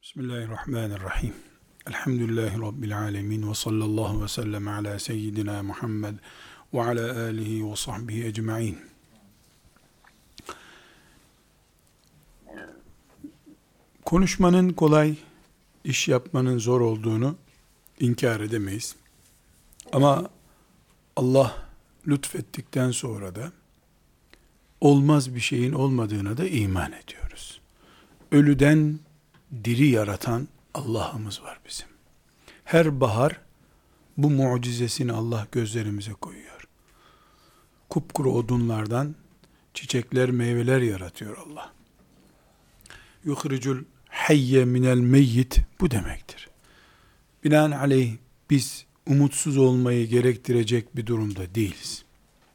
Bismillahirrahmanirrahim. Elhamdülillahi Rabbil alemin ve sallallahu ve sellem ala seyyidina Muhammed ve ala alihi ve sahbihi ecma'in. Konuşmanın kolay, iş yapmanın zor olduğunu inkar edemeyiz. Ama Allah lütfettikten sonra da olmaz bir şeyin olmadığına da iman ediyoruz. Ölüden diri yaratan Allah'ımız var bizim. Her bahar bu mucizesini Allah gözlerimize koyuyor. Kupkuru odunlardan çiçekler, meyveler yaratıyor Allah. Yuhricul hayye minel meyyit bu demektir. Binaenaleyh biz umutsuz olmayı gerektirecek bir durumda değiliz.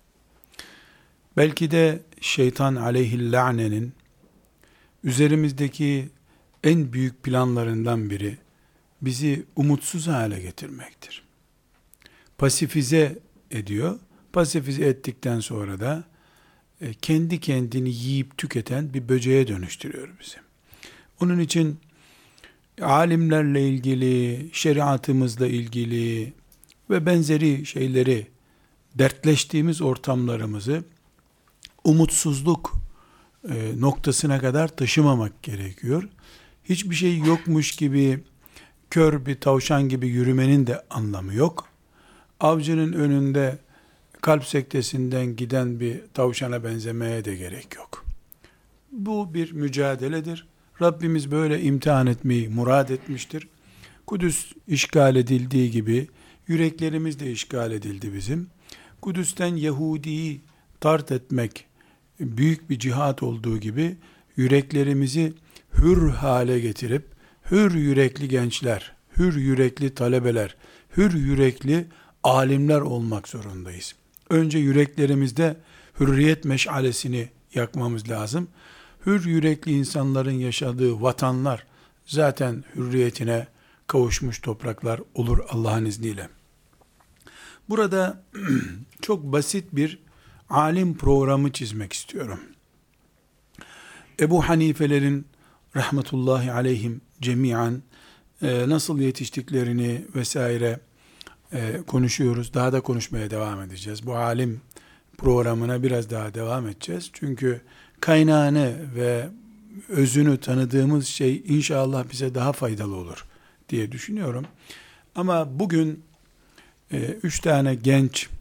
Belki de şeytan aleyhillânenin üzerimizdeki en büyük planlarından biri bizi umutsuz hale getirmektir. Pasifize ediyor. Pasifize ettikten sonra da kendi kendini yiyip tüketen bir böceğe dönüştürüyor bizi. Onun için alimlerle ilgili, şeriatımızla ilgili ve benzeri şeyleri dertleştiğimiz ortamlarımızı umutsuzluk noktasına kadar taşımamak gerekiyor. Hiçbir şey yokmuş gibi kör bir tavşan gibi yürümenin de anlamı yok. Avcının önünde kalp sektesinden giden bir tavşana benzemeye de gerek yok. Bu bir mücadeledir. Rabbimiz böyle imtihan etmeyi murad etmiştir. Kudüs işgal edildiği gibi yüreklerimiz de işgal edildi bizim. Kudüs'ten Yahudi'yi tart etmek büyük bir cihat olduğu gibi yüreklerimizi hür hale getirip hür yürekli gençler, hür yürekli talebeler, hür yürekli alimler olmak zorundayız. Önce yüreklerimizde hürriyet meşalesini yakmamız lazım. Hür yürekli insanların yaşadığı vatanlar zaten hürriyetine kavuşmuş topraklar olur Allah'ın izniyle. Burada çok basit bir alim programı çizmek istiyorum. Ebu Hanifelerin rahmetullahi aleyhim cemiyan nasıl yetiştiklerini vesaire konuşuyoruz. Daha da konuşmaya devam edeceğiz. Bu alim programına biraz daha devam edeceğiz. Çünkü kaynağını ve özünü tanıdığımız şey inşallah bize daha faydalı olur diye düşünüyorum. Ama bugün 3 tane genç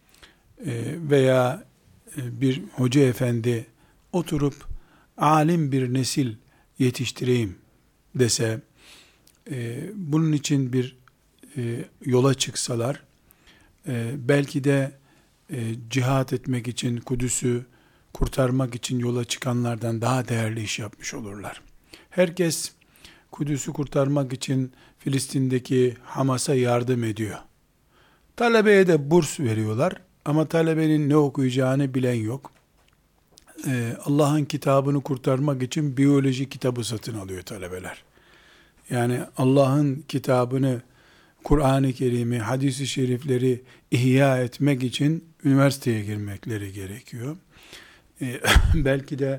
veya bir hoca efendi oturup alim bir nesil yetiştireyim dese, bunun için bir yola çıksalar, belki de cihat etmek için, Kudüs'ü kurtarmak için yola çıkanlardan daha değerli iş yapmış olurlar. Herkes Kudüs'ü kurtarmak için Filistin'deki Hamas'a yardım ediyor. Talebeye de burs veriyorlar ama talebenin ne okuyacağını bilen yok. Allah'ın kitabını kurtarmak için biyoloji kitabı satın alıyor talebeler. Yani Allah'ın kitabını, Kur'an-ı Kerim'i, hadis-i şerifleri ihya etmek için üniversiteye girmekleri gerekiyor. Belki de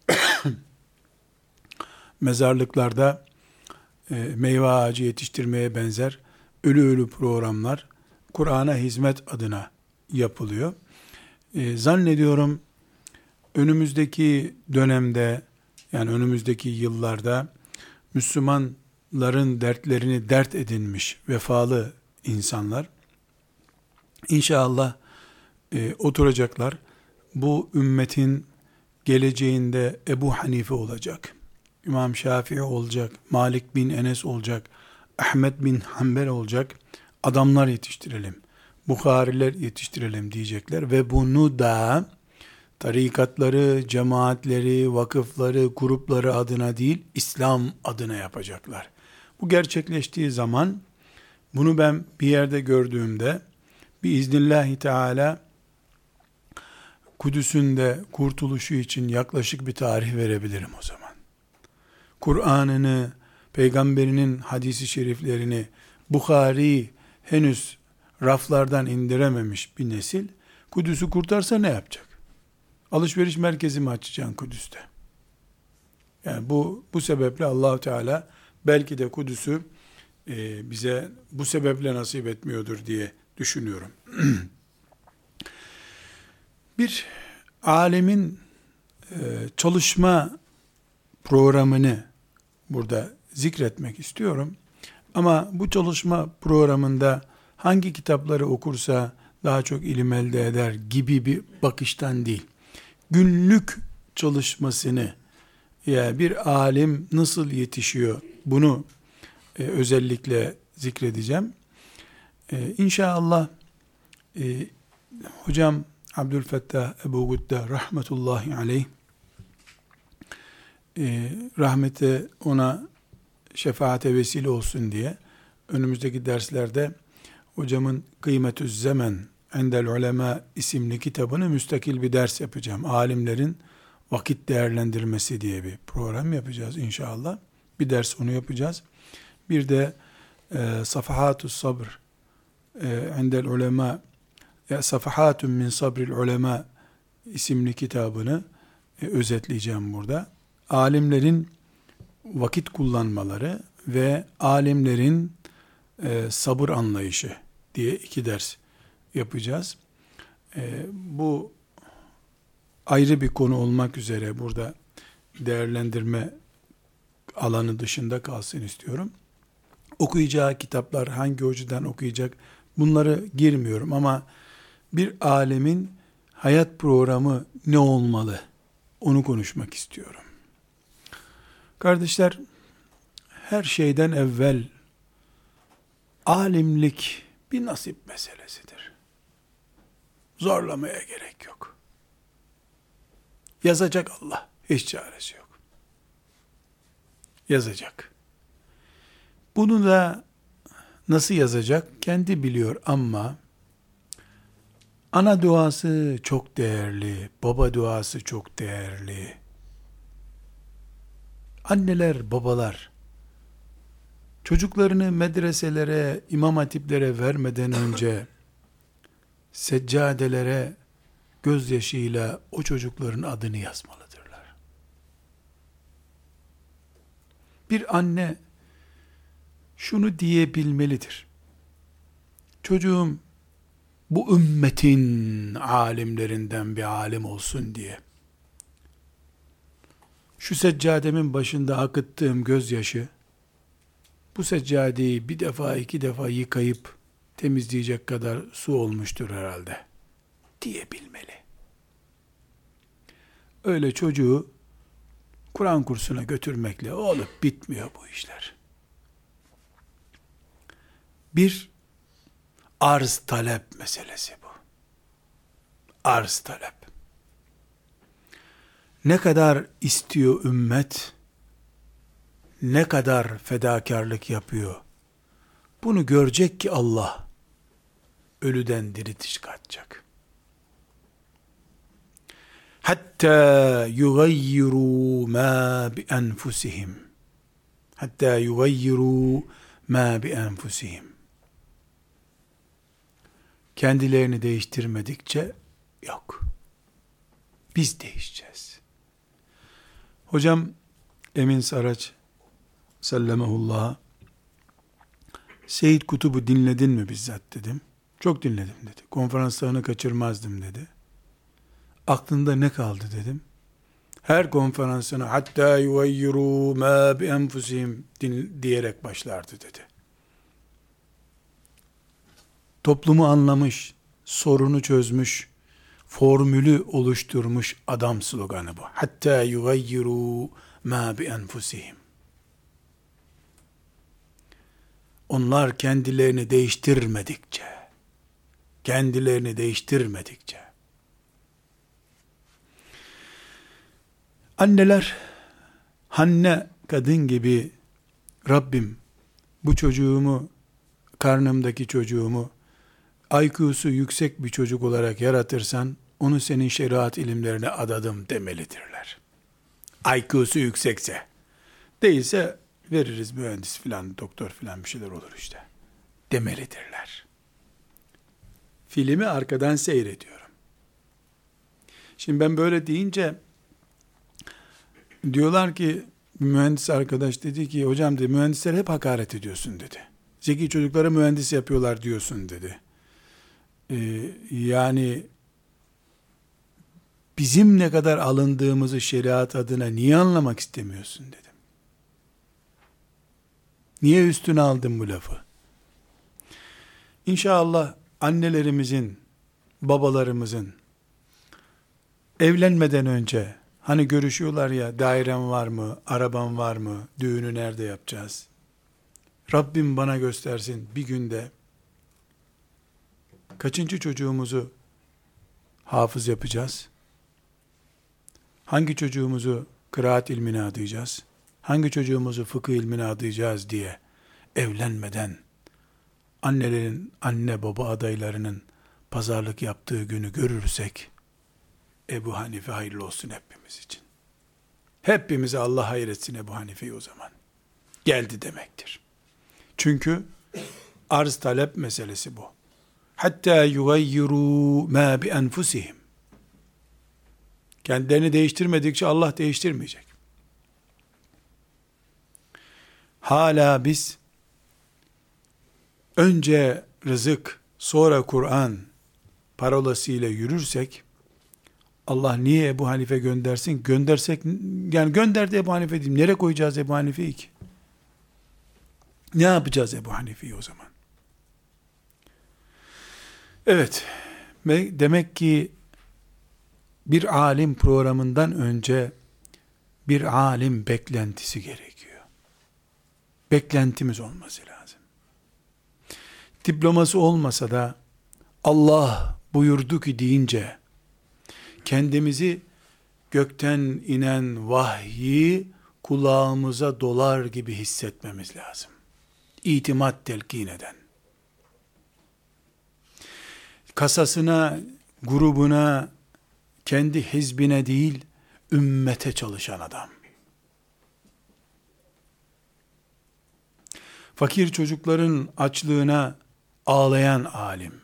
mezarlıklarda meyve ağacı yetiştirmeye benzer ölü programlar Kur'an'a hizmet adına yapılıyor. Zannediyorum önümüzdeki dönemde, yani önümüzdeki yıllarda Müslümanların dertlerini dert edinmiş vefalı insanlar İnşallah oturacaklar. Bu ümmetin geleceğinde Ebu Hanife olacak, İmam Şafii olacak, Malik bin Enes olacak, Ahmet bin Hanbel olacak adamlar yetiştirelim, Bukhariler yetiştirelim diyecekler ve bunu da tarikatları, cemaatleri, vakıfları, grupları adına değil, İslam adına yapacaklar. Bu gerçekleştiği zaman, bunu ben bir yerde gördüğümde, biiznillahü teala, Kudüs'ün de kurtuluşu için yaklaşık bir tarih verebilirim o zaman. Kur'an'ını, peygamberinin hadisi şeriflerini, Bukhari henüz raflardan indirememiş bir nesil, Kudüs'ü kurtarsa ne yapacak? Alışveriş merkezi mi açacaksın Kudüs'te? Yani bu sebeple Allah-u Teala Belki de Kudüs'ü bize bu sebeple nasip etmiyordur diye düşünüyorum. Bir alemin çalışma programını burada zikretmek istiyorum. Ama bu çalışma programında hangi kitapları okursa daha çok ilim elde eder gibi bir bakıştan değil. Günlük çalışmasını, ya bir alim nasıl yetişiyor, bunu özellikle zikredeceğim. İnşallah hocam Abdülfettah Ebu Gudde rahmetullahi aleyh, rahmete ona şefaate vesile olsun diye önümüzdeki derslerde hocamın Kıymetüz Zemen Endel Ulema isimli kitabını müstakil bir ders yapacağım. Alimlerin vakit değerlendirmesi diye bir program yapacağız inşallah. Bir ders onu yapacağız. Bir de Safahatus Sabr Endel Ulema, Safahatun min Sabril Ulema isimli kitabını özetleyeceğim burada. Alimlerin vakit kullanmaları ve alimlerin sabır anlayışı diye 2 ders yapacağız. Bu ayrı bir konu olmak üzere burada değerlendirme alanı dışında kalsın istiyorum. Okuyacağı kitaplar, hangi hocadan okuyacak, bunları girmiyorum ama bir alemin hayat programı ne olmalı, onu konuşmak istiyorum. Kardeşler, her şeyden evvel alimlik bir nasip meselesidir. Zorlamaya gerek yok. Yazacak Allah, hiç çaresi yok. Yazacak. Bunu da nasıl yazacak? Kendi biliyor ama ana duası çok değerli, baba duası çok değerli. Anneler, babalar çocuklarını medreselere, imam hatiplere vermeden önce seccadelere gözyaşıyla o çocukların adını yazmalıdırlar. Bir anne şunu diyebilmelidir: çocuğum bu ümmetin alimlerinden bir alim olsun diye şu seccademin başında akıttığım gözyaşı, bu seccadeyi 1 defa 2 defa yıkayıp temizleyecek kadar su olmuştur herhalde diyebilmeli. Öyle çocuğu Kur'an kursuna götürmekle olup bitmiyor bu işler. Bir arz talep meselesi bu. Arz talep. Ne kadar istiyor ümmet, ne kadar fedakarlık yapıyor, bunu görecek ki Allah ölüden diri çıkartacak. Hatta yugayyiru ma bi enfusihim. Hatta yugayyiru ma bi enfusihim. Kendilerini değiştirmedikçe yok. Biz değişeceğiz. Hocam Emin Saraç sellemehullah, Seyyid Kutub'u dinledin mi bizzat dedim. Çok dinledim dedi. Konferanslarını kaçırmazdım dedi. Aklında ne kaldı dedim. Her konferansına hatta yuvayyiru ma bi enfusihim diyerek başlardı dedi. Toplumu anlamış, sorunu çözmüş, formülü oluşturmuş adam sloganı bu. Hatta yugayyiru ma bi enfusihim. Onlar kendilerini değiştirmedikçe, anneler, Hanne kadın gibi, Rabbim bu çocuğumu, karnımdaki çocuğumu IQ'su yüksek bir çocuk olarak yaratırsan, onu senin şeriat ilimlerine adadım demelidirler. IQ'su yüksekse. Değilse veririz mühendis filan, doktor filan bir şeyler olur işte. Demelidirler. Filmi arkadan seyrediyorum. Şimdi ben böyle deyince diyorlar ki Bir mühendis arkadaş dedi ki, hocam dedi, mühendislere hep hakaret ediyorsun dedi. Zeki çocuklara mühendis yapıyorlar diyorsun dedi. Yani bizim ne kadar alındığımızı şeriat adına niye anlamak istemiyorsun dedim. Niye üstüne aldın bu lafı? İnşallah annelerimizin, babalarımızın evlenmeden önce hani görüşüyorlar ya, dairem var mı, arabam var mı, düğünü nerede yapacağız? Rabbim bana göstersin bir günde kaçıncı çocuğumuzu hafız yapacağız? Hangi çocuğumuzu kıraat ilmine adayacağız? Hangi çocuğumuzu fıkıh ilmine adayacağız diye evlenmeden annelerin, anne baba adaylarının pazarlık yaptığı günü görürsek, Ebu Hanife hayırlı olsun hepimiz için. Hepimize Allah hayır etsin Ebu Hanife'yi o zaman. Geldi demektir. Çünkü arz talep meselesi bu. Hatta yugayyiru ma bi enfusihim. Kendilerini değiştirmedikçe Allah değiştirmeyecek. Hala biz önce rızık, sonra Kur'an parolasıyla yürürsek, Allah niye Ebu Hanife göndersin? Göndersek, yani gönderdi Ebu Hanife diyeyim. Nereye koyacağız Ebu Hanife'yi ki? Ne yapacağız Ebu Hanife'yi o zaman? Evet, demek ki bir alim programından önce bir alim beklentisi gerekiyor. Beklentimiz olması lazım. Diploması olmasa da Allah buyurdu ki deyince kendimizi gökten inen vahyi kulağımıza dolar gibi hissetmemiz lazım. İtimat telkin eden. Kasasına, grubuna, kendi hizbine değil, ümmete çalışan adam. Fakir çocukların açlığına ağlayan alim.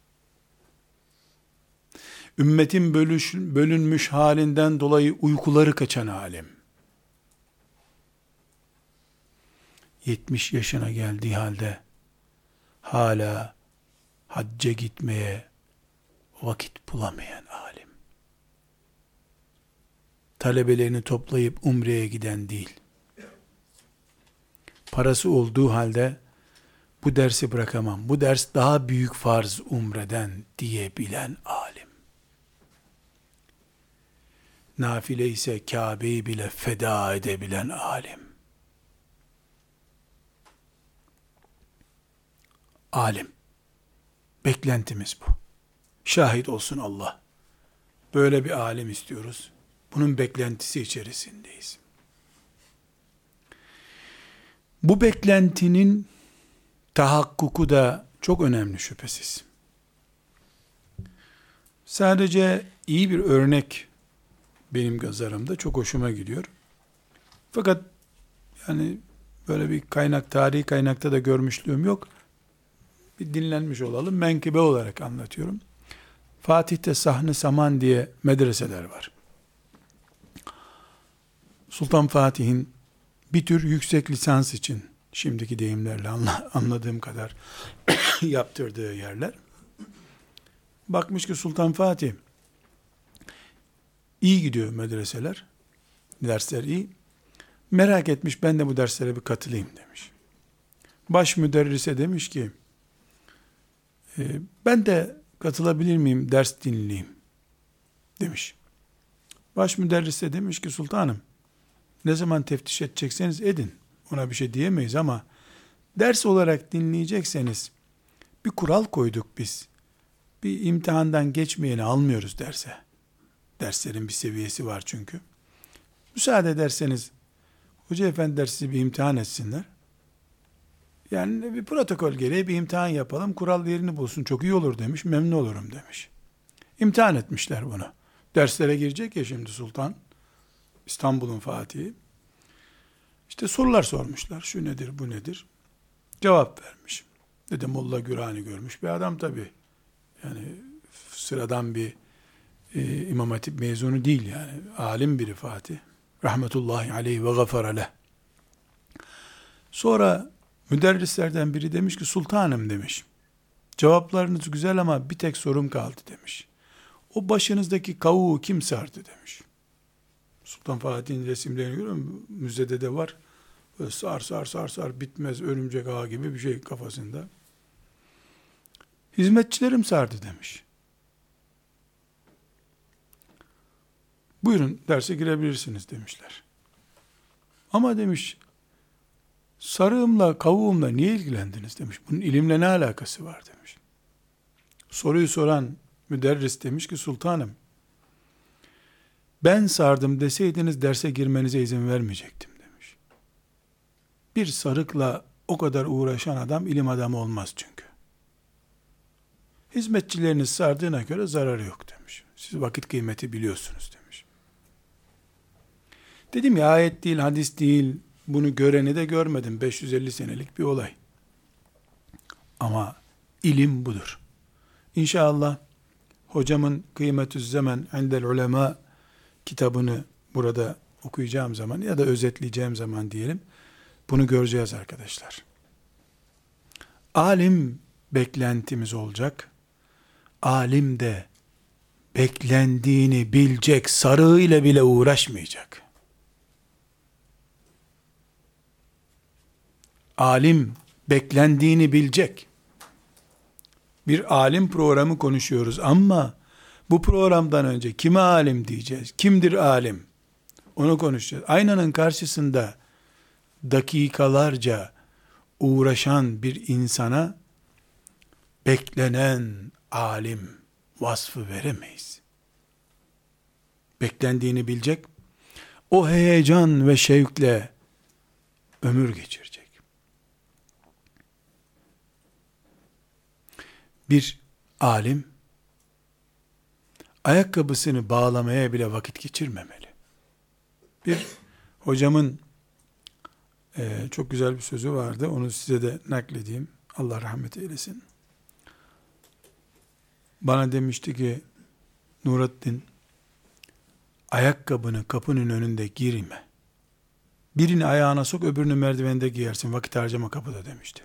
Ümmetin bölünmüş halinden dolayı uykuları kaçan alim. 70 yaşına geldiği halde hala hacca gitmeye vakit bulamayan alim. Talebelerini toplayıp umreye giden değil. Parası olduğu halde bu dersi bırakamam, bu ders daha büyük farz umreden diyebilen alim. Nafile ise Kabe'yi bile feda edebilen alim. Alim. Beklentimiz bu. Şahit olsun Allah. Böyle bir alim istiyoruz. Bunun beklentisi içerisindeyiz. Bu beklentinin tahakkuku da çok önemli şüphesiz. Sadece iyi bir örnek benim nazarımda çok hoşuma gidiyor. Fakat yani böyle bir kaynak, tarihi kaynakta da görmüşlüğüm yok. Bir dinlenmiş olalım. Menkıbe olarak anlatıyorum. Fatih'te Sahn-ı Saman diye medreseler var. Sultan Fatih'in bir tür yüksek lisans için, şimdiki deyimlerle anladığım kadar yaptırdığı yerler. Bakmış ki Sultan Fatih iyi gidiyor medreseler, dersler iyi. Merak etmiş, ben de bu derslere bir katılayım demiş. Baş müderrise demiş ki, ben de katılabilir miyim, ders dinleyeyim demiş. Baş müderris de demiş ki, sultanım, ne zaman teftiş edecekseniz edin, ona bir şey diyemeyiz ama ders olarak dinleyecekseniz bir kural koyduk biz. Bir imtihandan geçmeyeni almıyoruz derse. Derslerin bir seviyesi var çünkü. Müsaade ederseniz hoca efendiler sizi bir imtihan etsinler. Yani bir protokol gereği bir imtihan yapalım, kural yerini bulsun, çok iyi olur demiş, memnun olurum demiş. İmtihan etmişler bunu. Derslere girecek ya şimdi sultan, İstanbul'un Fatih'i. İşte sorular sormuşlar, şu nedir, bu nedir? Cevap vermiş. Dedi Molla Gürani görmüş bir adam tabii. Yani sıradan bir İmam Hatip mezunu değil yani. Alim biri Fatih. Rahmetullahi aleyhi ve gafara leh. Sonra müderrislerden biri demiş ki, sultanım demiş, cevaplarınız güzel ama bir tek sorum kaldı demiş. O başınızdaki kavuğu kim sardı demiş. Sultan Fatih'in resimlerini görüyor musun? Müzede de var. Böyle sar bitmez örümcek ağı gibi bir şey kafasında. Hizmetçilerim sardı demiş. Buyurun derse girebilirsiniz demişler. Ama demiş, sarığımla kavuğumla niye ilgilendiniz demiş. Bunun ilimle ne alakası var demiş. Soruyu soran müderris demiş ki, sultanım, ben sardım deseydiniz derse girmenize izin vermeyecektim demiş. Bir sarıkla o kadar uğraşan adam ilim adamı olmaz çünkü. Hizmetçileriniz sardığına göre zararı yok demiş. Siz vakit kıymeti biliyorsunuz demiş. Dedim ya, ayet değil, hadis değil, bunu göreni de görmedim. 550 senelik bir olay. Ama ilim budur. İnşallah hocamın Kıymetüz Zaman indel Ulema kitabını burada okuyacağım zaman ya da özetleyeceğim zaman diyelim, bunu göreceğiz arkadaşlar. Alim beklentimiz olacak. Alim de beklendiğini bilecek, sarığıyla bile uğraşmayacak. Alim beklendiğini bilecek. Bir alim programı konuşuyoruz ama bu programdan önce kime alim diyeceğiz? Kimdir alim? Onu konuşacağız. Aynanın karşısında dakikalarca uğraşan bir insana beklenen alim vasfı veremeyiz. Beklendiğini bilecek, o heyecan ve şevkle ömür geçirecek. Bir alim, ayakkabısını bağlamaya bile vakit geçirmemeli. Bir hocamın çok güzel bir sözü vardı, onu size de nakledeyim, Allah rahmet eylesin. Bana demişti ki, Nurattin, ayakkabını kapının önünde giyme. Birini ayağına sok, öbürünü merdivende giyersin, vakit harcama kapıda demişti.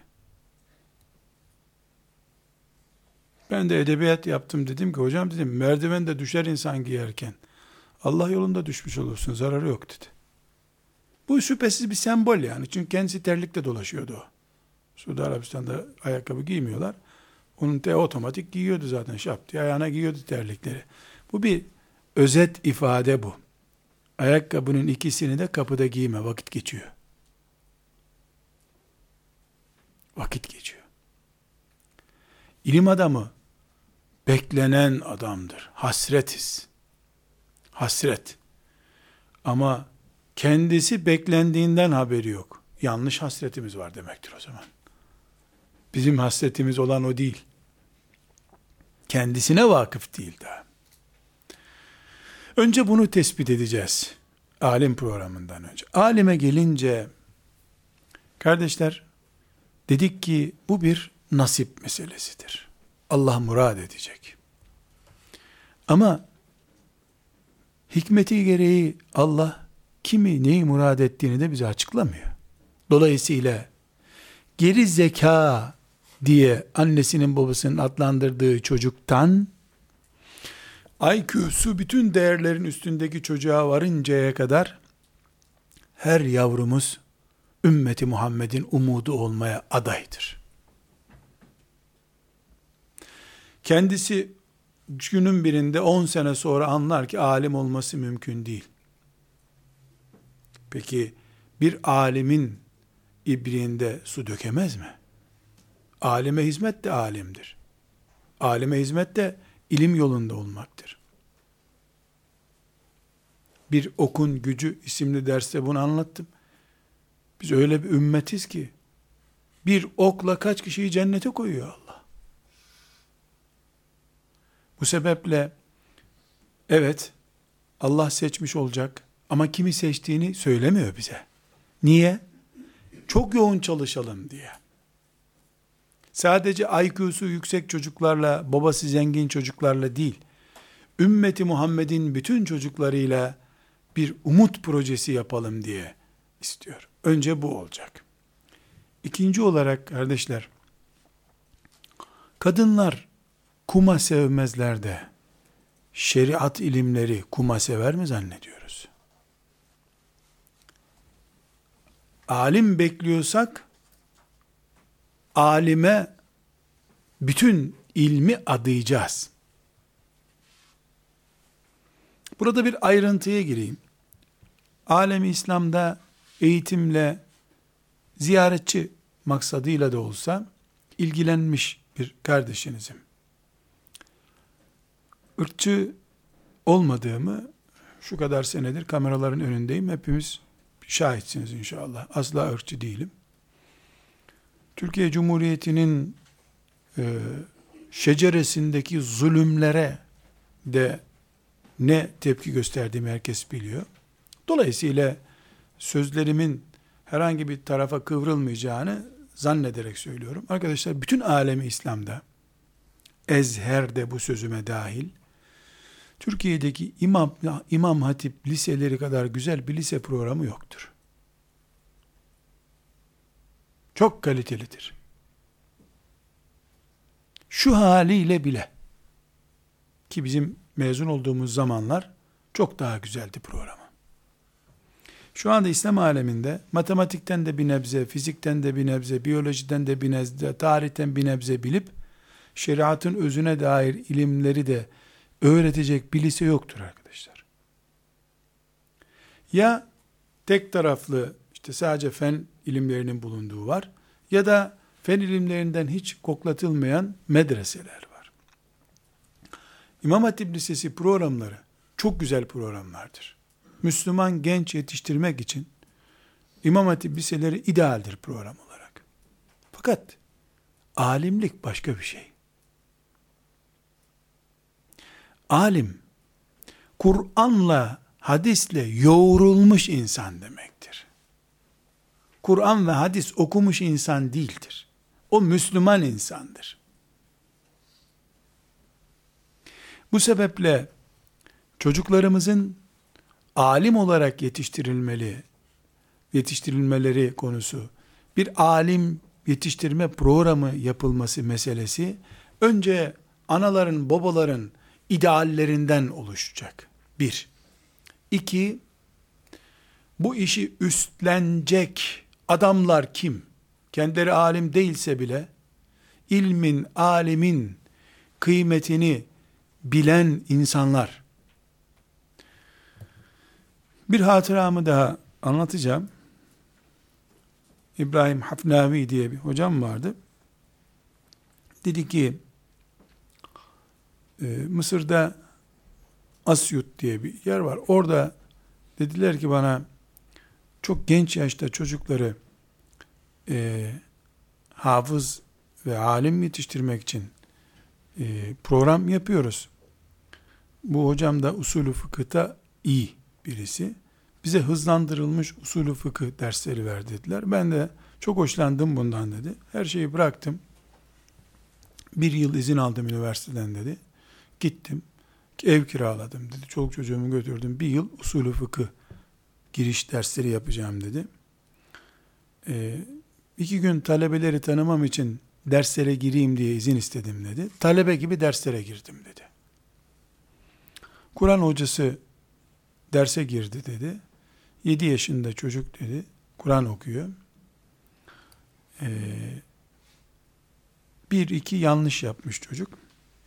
Ben de edebiyat yaptım, dedim ki, hocam dedim, merdivende düşer insan giyerken, Allah yolunda düşmüş olursun, zararı yok dedi. Bu şüphesiz bir sembol yani, çünkü kendisi terlikle dolaşıyordu o. Suudi Arabistan'da ayakkabı giymiyorlar. Onun otomatik giyiyordu zaten, şap diye ayağına giyiyordu terlikleri. Bu bir özet ifade bu. Ayakkabının ikisini de kapıda giyme, vakit geçiyor. Vakit geçiyor. İlim adamı beklenen adamdır. Hasretiz. Hasret. Ama kendisi beklendiğinden haberi yok. Yanlış hasretimiz var demektir o zaman. Bizim hasretimiz olan o değil. Kendisine vakıf değil daha. Önce bunu tespit edeceğiz. Alim programından önce. Alime gelince, kardeşler, dedik ki bu bir nasip meselesidir. Allah murad edecek. Ama hikmeti gereği Allah kimi neyi murad ettiğini de bize açıklamıyor. Dolayısıyla geri zeka diye annesinin babasının adlandırdığı çocuktan IQ'su bütün değerlerin üstündeki çocuğa varıncaya kadar her yavrumuz ümmeti Muhammed'in umudu olmaya adaydır. Kendisi günün birinde 10 sene sonra anlar ki alim olması mümkün değil. Peki bir alimin ibriğinde su dökemez mi? Alime hizmet de alimdir. Alime hizmet de ilim yolunda olmaktır. Bir okun gücü isimli derste bunu anlattım. Biz öyle bir ümmetiz ki bir okla kaç kişiyi cennete koyuyor Allah. Bu sebeple evet, Allah seçmiş olacak ama kimi seçtiğini söylemiyor bize. Niye? Çok yoğun çalışalım diye. Sadece IQ'su yüksek çocuklarla, babası zengin çocuklarla değil, ümmeti Muhammed'in bütün çocuklarıyla bir umut projesi yapalım diye istiyor. Önce bu olacak. İkinci olarak kardeşler, kadınlar kuma sevmezler de şeriat ilimleri kuma sever mi zannediyoruz? Alim bekliyorsak alime bütün ilmi adayacağız. Burada bir ayrıntıya gireyim. Alem-i İslam'da eğitimle ziyaretçi maksadıyla da olsa ilgilenmiş bir kardeşinizim. Irkçı olmadığımı şu kadar senedir kameraların önündeyim. Hepimiz şahitsiniz inşallah. Asla ırkçı değilim. Türkiye Cumhuriyeti'nin şeceresindeki zulümlere de ne tepki gösterdiğimi herkes biliyor. Dolayısıyla sözlerimin herhangi bir tarafa kıvrılmayacağını zannederek söylüyorum. Arkadaşlar, bütün alemi İslam'da, Ezher'de bu sözüme dahil, Türkiye'deki İmam Hatip liseleri kadar güzel bir lise programı yoktur. Çok kalitelidir. Şu haliyle bile, ki bizim mezun olduğumuz zamanlar çok daha güzeldi programı. Şu anda İslam aleminde matematikten de bir nebze, fizikten de bir nebze, biyolojiden de bir nebze, tarihten bir nebze bilip şeriatın özüne dair ilimleri de öğretecek bir lise yoktur arkadaşlar. Ya tek taraflı işte sadece fen ilimlerinin bulunduğu var, ya da fen ilimlerinden hiç koklatılmayan medreseler var. İmam Hatip Lisesi programları çok güzel programlardır. Müslüman genç yetiştirmek için İmam Hatip liseleri idealdir program olarak. Fakat alimlik başka bir şey. Alim, Kur'an'la, hadisle yoğrulmuş insan demektir. Kur'an ve hadis okumuş insan değildir. O Müslüman insandır. Bu sebeple çocuklarımızın alim olarak yetiştirilmeleri konusu, bir alim yetiştirme programı yapılması meselesi, önce anaların, babaların ideallerinden oluşacak. Bir. İki, bu işi üstlenecek adamlar kim? Kendileri alim değilse bile, ilmin, alimin kıymetini bilen insanlar. Bir hatıramı daha anlatacağım. İbrahim Hafnavi diye bir hocam vardı. Dedi ki, Mısır'da Asyut diye bir yer var. Orada dediler ki bana, çok genç yaşta çocukları hafız ve alim yetiştirmek için program yapıyoruz. Bu hocam da usulü fıkıhta iyi birisi. Bize hızlandırılmış usulü fıkıh dersleri ver dediler. Ben de çok hoşlandım bundan dedi. Her şeyi bıraktım. Bir yıl izin aldım üniversiteden dedi. Gittim. Ev kiraladım dedi. Çoluk çocuğumu götürdüm. Bir yıl usulü fıkıh giriş dersleri yapacağım dedi. 2 gün talebeleri tanımam için derslere gireyim diye izin istedim dedi. Talebe gibi derslere girdim dedi. Kur'an hocası derse girdi dedi. 7 yaşında çocuk dedi. Kur'an okuyor. 1-2 yanlış yapmış çocuk.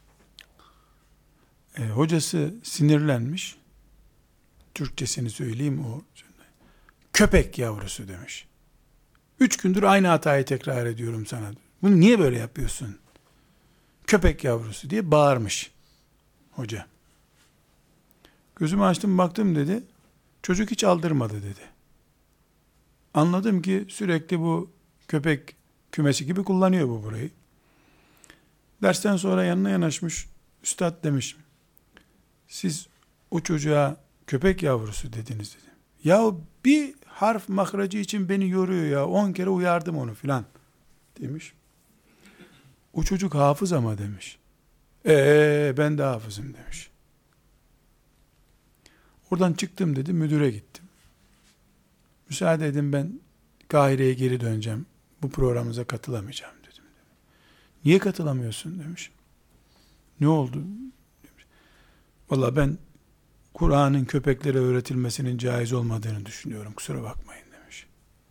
Hocası sinirlenmiş. Türkçesini söyleyeyim o. Köpek yavrusu demiş. 3 gündür aynı hatayı tekrar ediyorum sana. Bunu niye böyle yapıyorsun? Köpek yavrusu diye bağırmış hoca. Gözümü açtım baktım dedi. Çocuk hiç aldırmadı dedi. Anladım ki sürekli bu köpek kümesi gibi kullanıyor bu burayı. Dersten sonra yanına yanaşmış. Üstad demiş, siz o çocuğa köpek yavrusu dediniz dedi. Ya bir harf mahracı için beni yoruyor ya. 10 kere uyardım onu filan demiş. O çocuk hafız ama demiş. Ben de hafızım demiş. Oradan çıktım dedi, müdüre gittim. Müsaade edin, ben Kahire'ye geri döneceğim. Bu programımıza katılamayacağım dedim. Niye katılamıyorsun demiş. Ne oldu? Demiş. Vallahi ben Kur'an'ın köpeklere öğretilmesinin caiz olmadığını düşünüyorum. Kusura bakmayın demiş.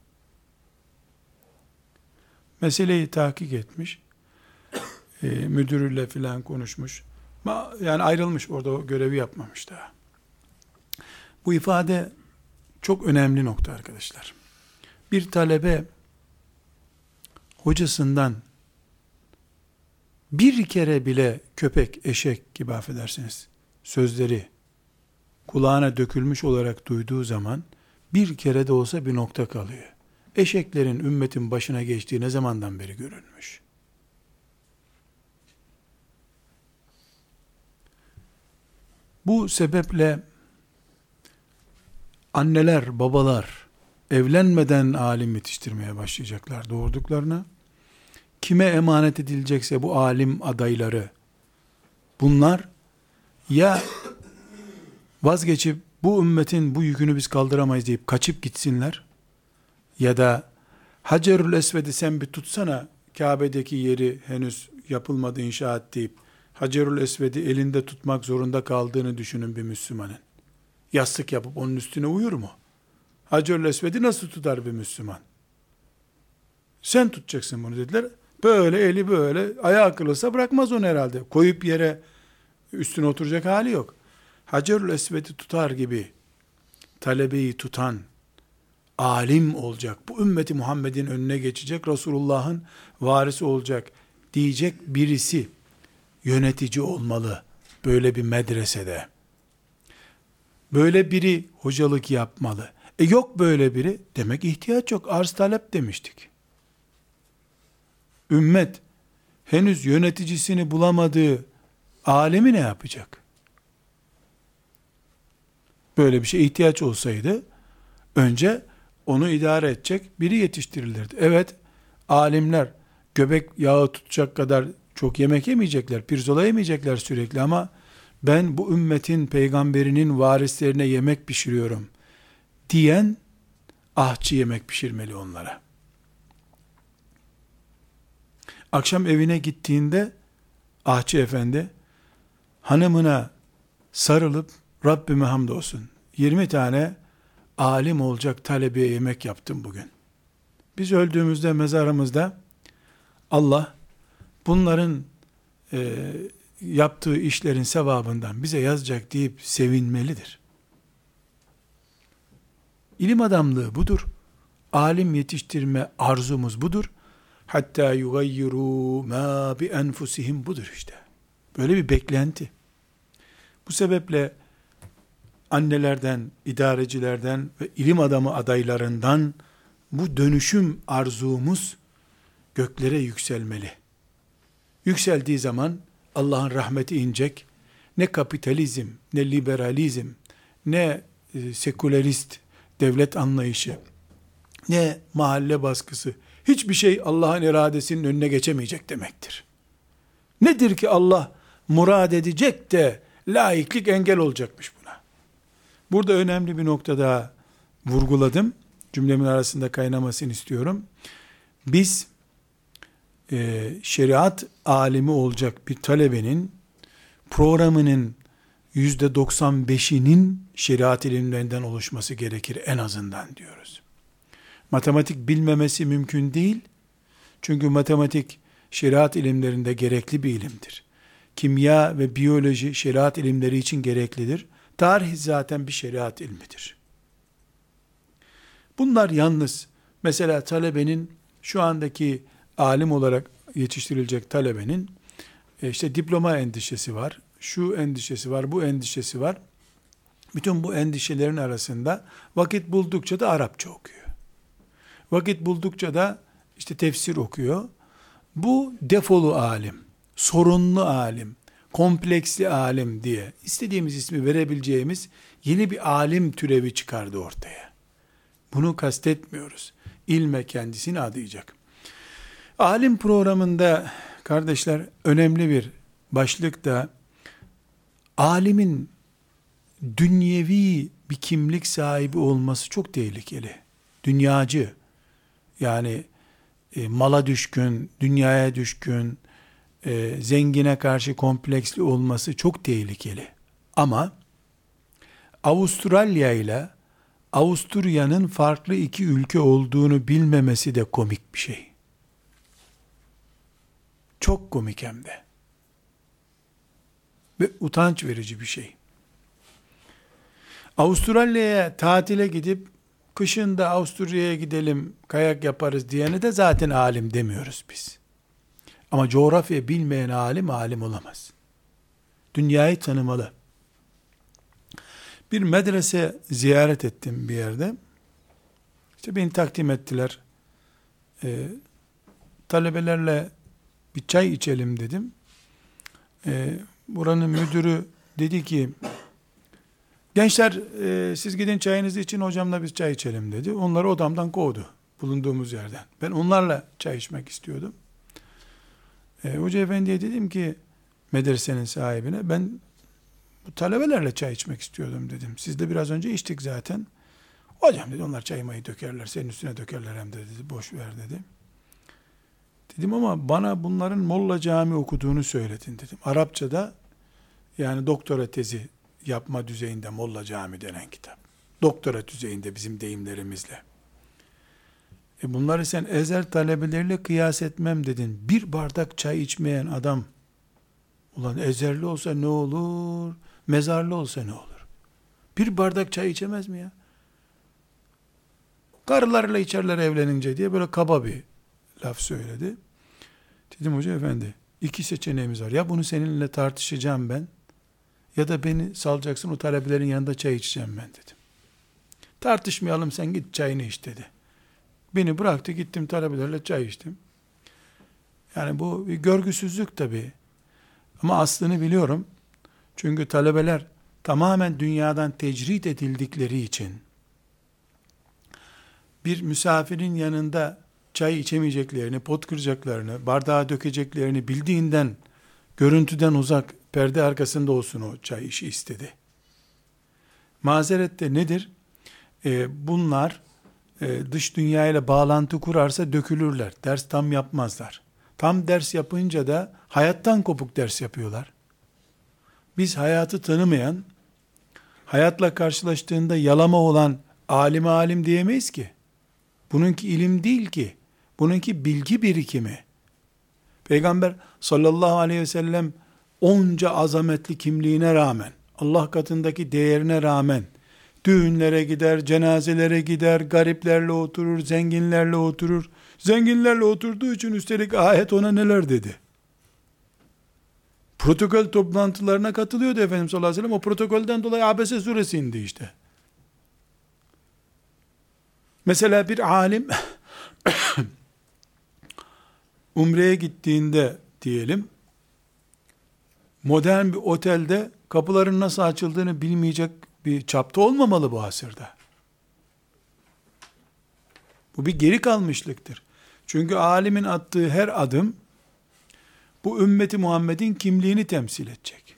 Meseleyi tahkik etmiş. Müdürüyle filan konuşmuş. Yani ayrılmış, orada o görevi yapmamış daha. Bu ifade çok önemli nokta arkadaşlar. Bir talebe hocasından bir kere bile köpek, eşek gibi, affedersiniz, sözleri kulağına dökülmüş olarak duyduğu zaman bir kere de olsa bir nokta kalıyor. Eşeklerin ümmetin başına geçtiği ne zamandan beri görülmüş? Bu sebeple anneler, babalar evlenmeden alim yetiştirmeye başlayacaklar doğurduklarına. Kime emanet edilecekse bu alim adayları, bunlar ya vazgeçip bu ümmetin bu yükünü biz kaldıramayız deyip kaçıp gitsinler, ya da Hacerül Esved'i sen bir tutsana, Kabe'deki yeri henüz yapılmadı, inşaat deyip Hacerül Esved'i elinde tutmak zorunda kaldığını düşünün bir Müslümanın. Yastık yapıp onun üstüne uyur mu? Hacerül Esved'i nasıl tutar bir Müslüman? Sen tutacaksın bunu dediler. Böyle eli böyle, ayağı kırılsa bırakmaz onu herhalde. Koyup yere üstüne oturacak hali yok. Hacerül Esved'i tutar gibi talebeyi tutan alim olacak. Bu ümmeti Muhammed'in önüne geçecek, Resulullah'ın varisi olacak diyecek birisi yönetici olmalı böyle bir medresede. Böyle biri hocalık yapmalı. Yok böyle biri, demek ihtiyaç yok. Arz talep demiştik. Ümmet henüz yöneticisini bulamadığı alemi ne yapacak? Böyle bir şey ihtiyaç olsaydı önce onu idare edecek biri yetiştirilirdi. Evet, alimler göbek yağı tutacak kadar çok yemek yemeyecekler, pirzola yemeyecekler sürekli, ama ben bu ümmetin peygamberinin varislerine yemek pişiriyorum diyen ahçı yemek pişirmeli onlara. Akşam evine gittiğinde ahçı efendi hanımına sarılıp Rabbime hamdolsun, 20 tane alim olacak talebeye yemek yaptım bugün. Biz öldüğümüzde mezarımızda Allah bunların yaptığı işlerin sevabından bize yazacak deyip sevinmelidir. İlim adamlığı budur. Alim yetiştirme arzumuz budur. Hatta yugayyiru ma bi enfusihim budur işte. Böyle bir beklenti. Bu sebeple annelerden, idarecilerden ve ilim adamı adaylarından bu dönüşüm arzumuz göklere yükselmeli. Yükseldiği zaman Allah'ın rahmeti inecek. Ne kapitalizm, ne liberalizm, ne sekülerist devlet anlayışı, ne mahalle baskısı, hiçbir şey Allah'ın iradesinin önüne geçemeyecek demektir. Nedir ki Allah murad edecek de laiklik engel olacakmış buna? Burada önemli bir nokta daha vurguladım. Cümlemin arasında kaynamasını istiyorum. Biz şeriat alimi olacak bir talebenin programının %95'inin şeriat ilimlerinden oluşması gerekir en azından diyoruz. Matematik bilmemesi mümkün değil. Çünkü matematik şeriat ilimlerinde gerekli bir ilimdir. Kimya ve biyoloji şeriat ilimleri için gereklidir. Tarih zaten bir şeriat ilmidir. Bunlar yalnız, mesela talebenin, şu andaki alim olarak yetiştirilecek talebenin işte diploma endişesi var, şu endişesi var, bu endişesi var. Bütün bu endişelerin arasında vakit buldukça da Arapça okuyor. Vakit buldukça da işte tefsir okuyor. Bu defolu alim, sorunlu alim, kompleksli alim diye istediğimiz ismi verebileceğimiz yeni bir alim türevi çıkardı ortaya. Bunu kastetmiyoruz. İlme kendisini adayacak. Alim programında kardeşler önemli bir başlık da alimin dünyevi bir kimlik sahibi olması çok tehlikeli. Dünyacı, yani mala düşkün, dünyaya düşkün, zengine karşı kompleksli olması çok tehlikeli. Ama Avustralya ile Avusturya'nın farklı iki ülke olduğunu bilmemesi de komik bir şey. Çok komik hem de. Ve utanç verici bir şey. Avustralya'ya tatile gidip kışın da Avusturya'ya gidelim, kayak yaparız diyene de zaten alim demiyoruz biz. Ama coğrafya bilmeyen alim olamaz. Dünyayı tanımalı. Bir medrese ziyaret ettim bir yerde. İşte beni takdim ettiler. Talebelerle bir çay içelim dedim. Buranın müdürü dedi ki, gençler siz gidin çayınızı için, hocamla biz çay içelim dedi. Onları odamdan kovdu, bulunduğumuz yerden. Ben onlarla çay içmek istiyordum. Hoca efendiye dedim ki, medresenin sahibine, ben bu talebelerle çay içmek istiyordum dedim. Siz de biraz önce içtik zaten. Hocam dedi, onlar çaymayı dökerler, senin üstüne dökerler hem de dedi, boş ver dedi. Dedim ama bana bunların Molla Cami okuduğunu söyledin dedim. Arapçada, yani doktora tezi yapma düzeyinde Molla Cami denen kitap. Doktora düzeyinde bizim deyimlerimizle. Bunları sen Ezer talebeleriyle kıyas etmem dedin. Bir bardak çay içmeyen adam, ulan Ezerli olsa ne olur, mezarlı olsa ne olur? Bir bardak çay içemez mi ya? Karılarla içerler evlenince diye böyle kaba bir laf söyledi. Dedim hoca efendi, iki seçeneğimiz var. Ya bunu seninle tartışacağım ben, ya da beni salacaksın, o talebelerin yanında çay içeceğim ben dedim. Tartışmayalım, sen git çayını iç dedi. Beni bıraktı, gittim talebelerle çay içtim. Yani bu bir görgüsüzlük tabii. Ama aslını biliyorum. Çünkü talebeler tamamen dünyadan tecrit edildikleri için bir misafirin yanında çay içemeyeceklerini, pot kıracaklarını, bardağa dökeceklerini bildiğinden görüntüden uzak, perde arkasında olsun o çay işi istedi. Mazeret de nedir? Bunlar dış dünyayla bağlantı kurarsa dökülürler. Ders tam yapmazlar. Tam ders yapınca da hayattan kopuk ders yapıyorlar. Biz hayatı tanımayan, hayatla karşılaştığında yalama olan alime alim diyemeyiz ki. Bununki ilim değil ki. Bununki bilgi birikimi. Peygamber sallallahu aleyhi ve sellem onca azametli kimliğine rağmen, Allah katındaki değerine rağmen, düğünlere gider, cenazelere gider, gariplerle oturur, zenginlerle oturur. Zenginlerle oturduğu için üstelik ayet ona neler dedi? Protokol toplantılarına katılıyordu Efendimiz sallallahu aleyhi ve sellem. O protokolden dolayı Abese suresi indi işte. Mesela bir alim umreye gittiğinde diyelim, modern bir otelde kapıların nasıl açıldığını bilmeyecek bir çapta olmamalı bu asırda. Bu bir geri kalmışlıktır. Çünkü alimin attığı her adım bu ümmeti Muhammed'in kimliğini temsil edecek.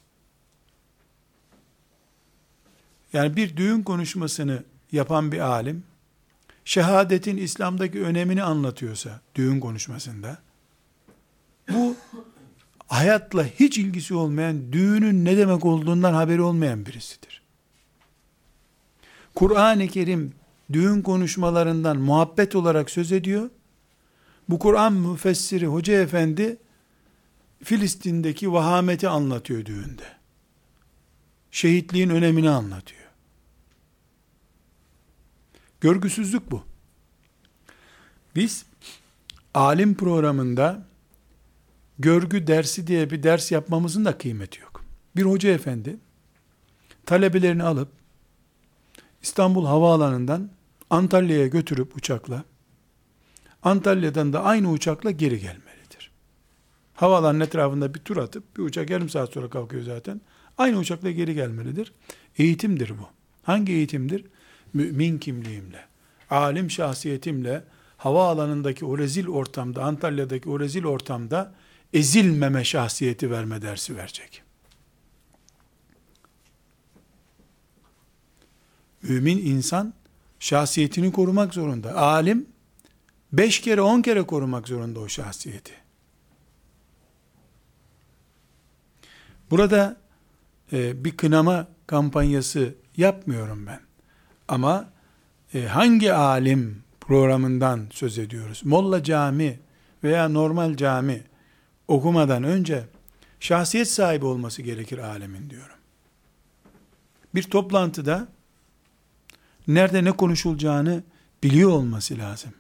Yani bir düğün konuşmasını yapan bir alim, şehadetin İslam'daki önemini anlatıyorsa düğün konuşmasında, bu hayatla hiç ilgisi olmayan, düğünün ne demek olduğundan haberi olmayan birisidir. Kur'an-ı Kerim düğün konuşmalarından muhabbet olarak söz ediyor. Bu Kur'an müfessiri hoca efendi Filistin'deki vahameti anlatıyor düğünde. Şehitliğin önemini anlatıyor. Görgüsüzlük bu. Biz alim programında görgü dersi diye bir ders yapmamızın da kıymeti yok. Bir hoca efendi talebelerini alıp İstanbul Havaalanı'ndan Antalya'ya götürüp uçakla, Antalya'dan da aynı uçakla geri gelmelidir. Havaalanının etrafında bir tur atıp, bir uçak yarım saat sonra kalkıyor zaten, aynı uçakla geri gelmelidir. Eğitimdir bu. Hangi eğitimdir? Mümin kimliğimle, alim şahsiyetimle, havaalanındaki o rezil ortamda, Antalya'daki o rezil ortamda ezilmeme şahsiyeti verme dersi verecek. Mümin insan şahsiyetini korumak zorunda. Alim 5 kere 10 kere korumak zorunda o şahsiyeti. Burada bir kınama kampanyası yapmıyorum ben. Ama hangi alim programından söz ediyoruz? Molla cami veya normal cami okumadan önce şahsiyet sahibi olması gerekir alemin diyorum. Bir toplantıda nerede ne konuşulacağını biliyor olması lazım.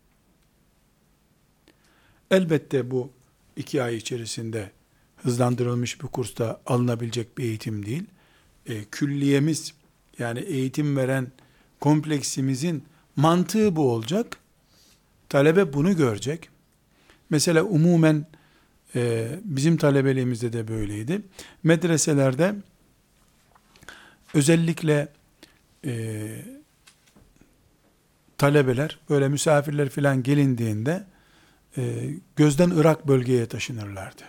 Elbette bu 2 ay içerisinde hızlandırılmış bir kursta alınabilecek bir eğitim değil. Külliyemiz, yani eğitim veren kompleksimizin mantığı bu olacak. Talebe bunu görecek. Mesela umumen bizim talebeliğimizde de böyleydi. Medreselerde özellikle talebeler, böyle misafirler filan gelindiğinde gözden ırak bölgeye taşınırlardı.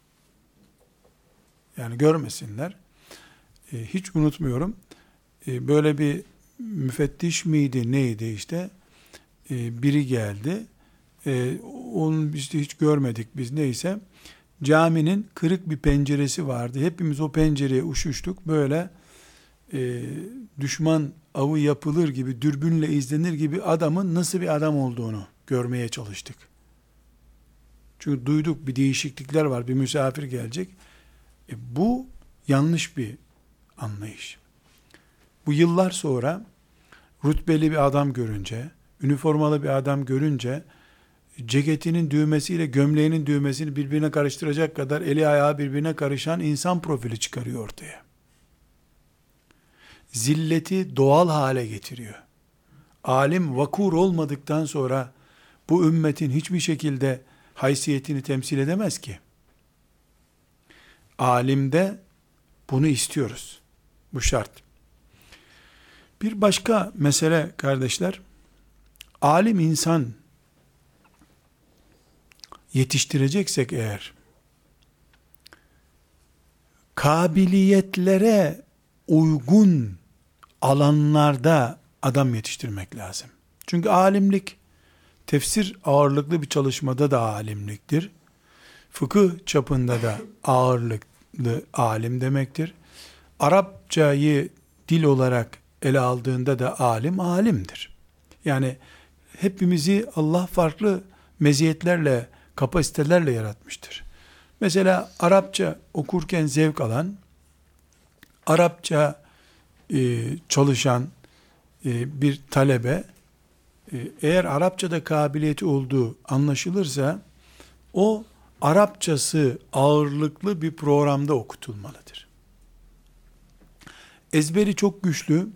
Yani görmesinler. Hiç unutmuyorum. Böyle bir müfettiş miydi neydi işte, biri geldi. Onu işte hiç görmedik biz, neyse. Caminin kırık bir penceresi vardı. Hepimiz o pencereye uşuştuk. Böyle düşman avı yapılır gibi, dürbünle izlenir gibi adamın nasıl bir adam olduğunu görmeye çalıştık. Çünkü duyduk bir değişiklikler var, bir misafir gelecek. Bu yanlış bir anlayış. Bu yıllar sonra rütbeli bir adam görünce, üniformalı bir adam görünce, ceketinin düğmesiyle gömleğinin düğmesini birbirine karıştıracak kadar eli ayağı birbirine karışan insan profili çıkarıyor ortaya. Zilleti doğal hale getiriyor. Alim vakur olmadıktan sonra bu ümmetin hiçbir şekilde haysiyetini temsil edemez ki. Alimde bunu istiyoruz. Bu şart. Bir başka mesele kardeşler, alim insan yetiştireceksek eğer, kabiliyetlere uygun alanlarda adam yetiştirmek lazım. Çünkü alimlik, tefsir ağırlıklı bir çalışmada da alimliktir. Fıkıh çapında da ağırlıklı alim demektir. Arapçayı dil olarak ele aldığında da alim, alimdir. Yani hepimizi Allah farklı meziyetlerle, kapasitelerle yaratmıştır. Mesela Arapça okurken zevk alan, Arapça çalışan bir talebe, eğer Arapçada kabiliyeti olduğu anlaşılırsa, o Arapçası ağırlıklı bir programda okutulmalıdır. Ezberi çok güçlü,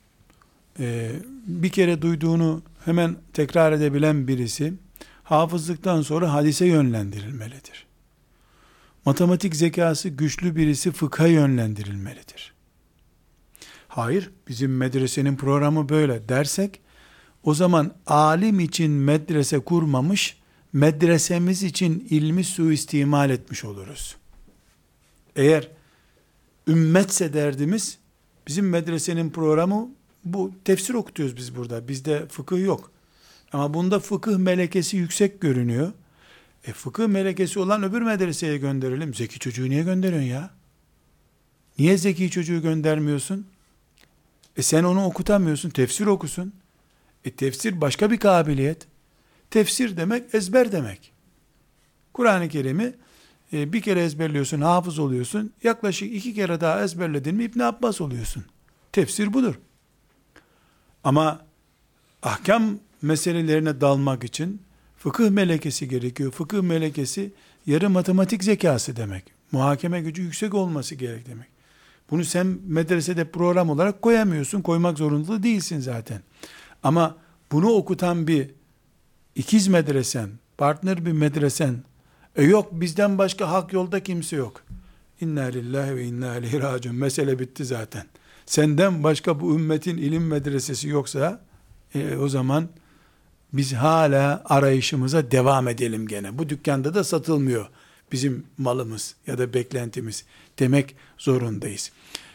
bir kere duyduğunu hemen tekrar edebilen birisi, hafızlıktan sonra hadise yönlendirilmelidir. Matematik zekası güçlü birisi fıkha yönlendirilmelidir. Hayır, bizim medresenin programı böyle dersek, o zaman alim için medrese kurmamış, medresemiz için ilmi suistimal etmiş oluruz. Eğer ümmetse derdimiz, bizim medresenin programı bu, tefsir okutuyoruz biz burada. Bizde fıkıh yok. Ama bunda fıkıh melekesi yüksek görünüyor. Fıkıh melekesi olan öbür medreseye gönderelim. Zeki çocuğu niye gönderiyorsun ya? Niye zeki çocuğu göndermiyorsun? Sen onu okutamıyorsun. Tefsir okusun. Tefsir başka bir kabiliyet. Tefsir demek ezber demek. Kur'an-ı Kerim'i bir kere ezberliyorsun, hafız oluyorsun. Yaklaşık 2 kere daha ezberledin mi İbn Abbas oluyorsun. Tefsir budur. Ama ahkam meselelerine dalmak için fıkıh melekesi gerekiyor. Fıkıh melekesi yarı matematik zekası demek. Muhakeme gücü yüksek olması gerek demek. Bunu sen medresede program olarak koyamıyorsun. Koymak zorunda değilsin zaten. Ama bunu okutan bir ikiz medresen, partner bir medresen, yok bizden başka hak yolda kimse yok. İnna lillahi ve inna ileyhi raciun. Mesele bitti zaten. Senden başka bu ümmetin ilim medresesi yoksa o zaman biz hala arayışımıza devam edelim gene. Bu dükkanda da satılmıyor bizim malımız ya da beklentimiz demek zorundayız.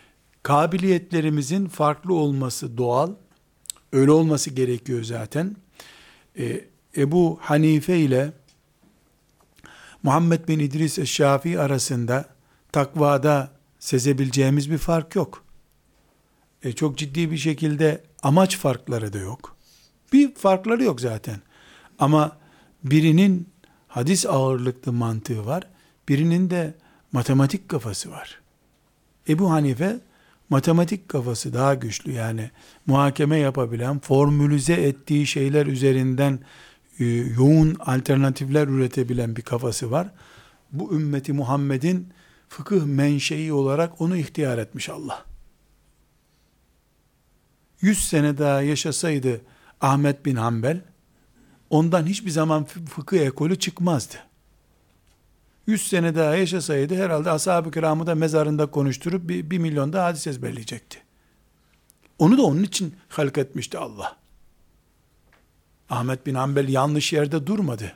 kabiliyetlerimizin farklı olması doğal. Öyle olması gerekiyor zaten. Ebu Hanife ile Muhammed bin İdris Eşşafii arasında takvada sezebileceğimiz bir fark yok. Çok ciddi bir şekilde amaç farkları da yok. Bir farkları yok zaten. Ama birinin hadis ağırlıklı mantığı var, birinin de matematik kafası var. Ebu Hanife matematik kafası daha güçlü, yani muhakeme yapabilen, formülize ettiği şeyler üzerinden yoğun alternatifler üretebilen bir kafası var. Bu ümmeti Muhammed'in fıkıh menşei olarak onu ihtiyar etmiş Allah. 100 sene daha yaşasaydı Ahmet bin Hanbel, ondan hiçbir zaman fıkıh ekolü çıkmazdı. 100 sene daha yaşasaydı herhalde ashab-ı kiramı da mezarında konuşturup 1 milyon da hadis ezberleyecekti. Onu da onun için halk etmişti Allah. Ahmet bin Hanbel yanlış yerde durmadı.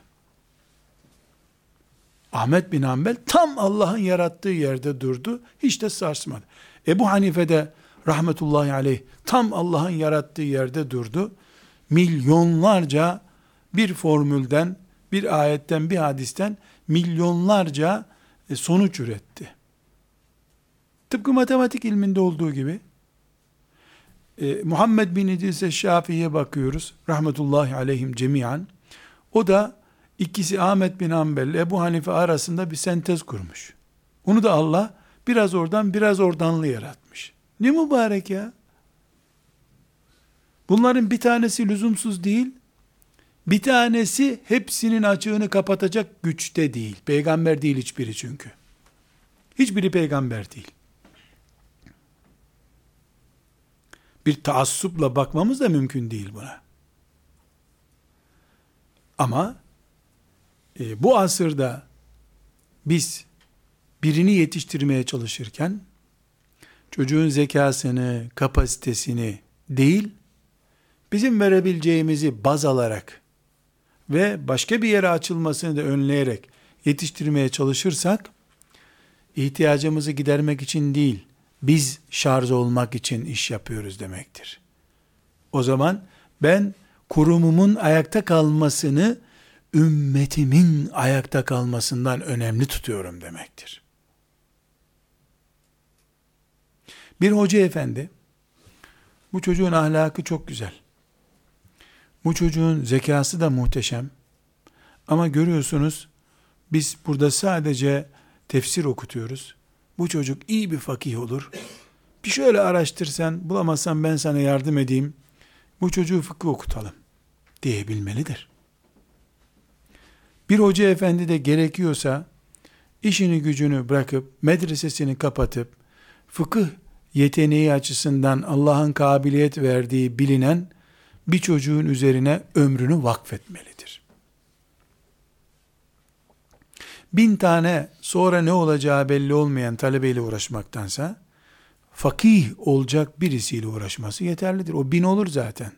Ahmet bin Hanbel tam Allah'ın yarattığı yerde durdu, hiç de sarsmadı. Ebu Hanife de rahmetullahi aleyh tam Allah'ın yarattığı yerde durdu. Milyonlarca bir formülden, bir ayetten, bir hadisten milyonlarca sonuç üretti. Tıpkı matematik ilminde olduğu gibi Muhammed bin İdris Eşşafii'ye bakıyoruz. Rahmetullahi aleyhim cemiyan. O da ikisi Ahmet bin Hanbel, Ebu Hanife arasında bir sentez kurmuş. Onu da Allah biraz oradan biraz oradanlı yaratmış. Ne mübarek ya. Bunların bir tanesi lüzumsuz değil. Bir tanesi hepsinin açığını kapatacak güçte değil. Peygamber değil hiçbiri çünkü. Hiçbiri peygamber değil. Bir taassupla bakmamız da mümkün değil buna. Ama bu asırda biz birini yetiştirmeye çalışırken çocuğun zekasını, kapasitesini değil, bizim verebileceğimizi baz alarak ve başka bir yere açılmasını da önleyerek yetiştirmeye çalışırsak, ihtiyacımızı gidermek için değil, biz şarj olmak için iş yapıyoruz demektir. O zaman ben kurumumun ayakta kalmasını ümmetimin ayakta kalmasından önemli tutuyorum demektir. Bir hoca efendi, bu çocuğun ahlakı çok güzel, bu çocuğun zekası da muhteşem, ama görüyorsunuz biz burada sadece tefsir okutuyoruz, bu çocuk iyi bir fakih olur, bir şöyle araştırsan, bulamazsan ben sana yardım edeyim, bu çocuğu fıkıh okutalım diyebilmelidir. Bir hoca efendi de gerekiyorsa, işini gücünü bırakıp, medresesini kapatıp, fıkıh yeteneği açısından Allah'ın kabiliyet verdiği bilinen bir çocuğun üzerine ömrünü vakfetmelidir. 1000 tane sonra ne olacağı belli olmayan talebeyle uğraşmaktansa, fakih olacak birisiyle uğraşması yeterlidir. O 1000 olur zaten.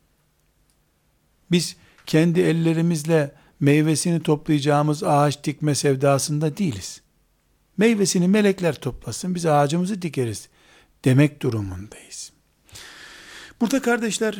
Biz kendi ellerimizle meyvesini toplayacağımız ağaç dikme sevdasında değiliz. Meyvesini melekler toplasın, biz ağacımızı dikeriz demek durumundayız. Burada kardeşler,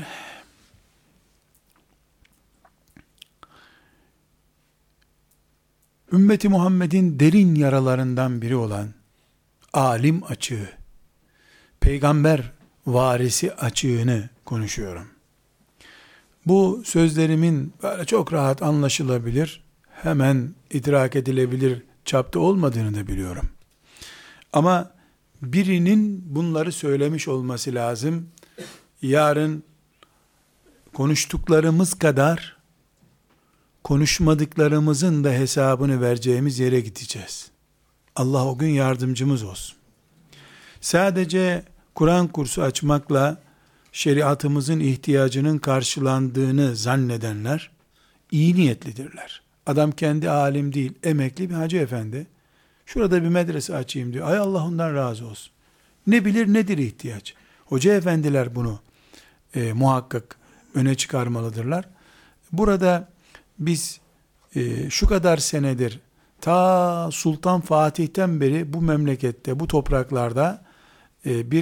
ümmeti Muhammed'in derin yaralarından biri olan alim açığı, peygamber varisi açığını konuşuyorum. Bu sözlerimin böyle çok rahat anlaşılabilir, hemen idrak edilebilir çapta olmadığını da biliyorum. Ama birinin bunları söylemiş olması lazım. Yarın konuştuklarımız kadar konuşmadıklarımızın da hesabını vereceğimiz yere gideceğiz. Allah o gün yardımcımız olsun. Sadece Kur'an kursu açmakla şeriatımızın ihtiyacının karşılandığını zannedenler iyi niyetlidirler. Adam kendi alim değil, emekli bir hacı efendi. Şurada bir medrese açayım diyor. Ay Allah ondan razı olsun. Ne bilir nedir ihtiyaç? Hoca efendiler bunu muhakkak öne çıkarmalıdırlar. Burada biz şu kadar senedir ta Sultan Fatih'ten beri bu memlekette, bu topraklarda bir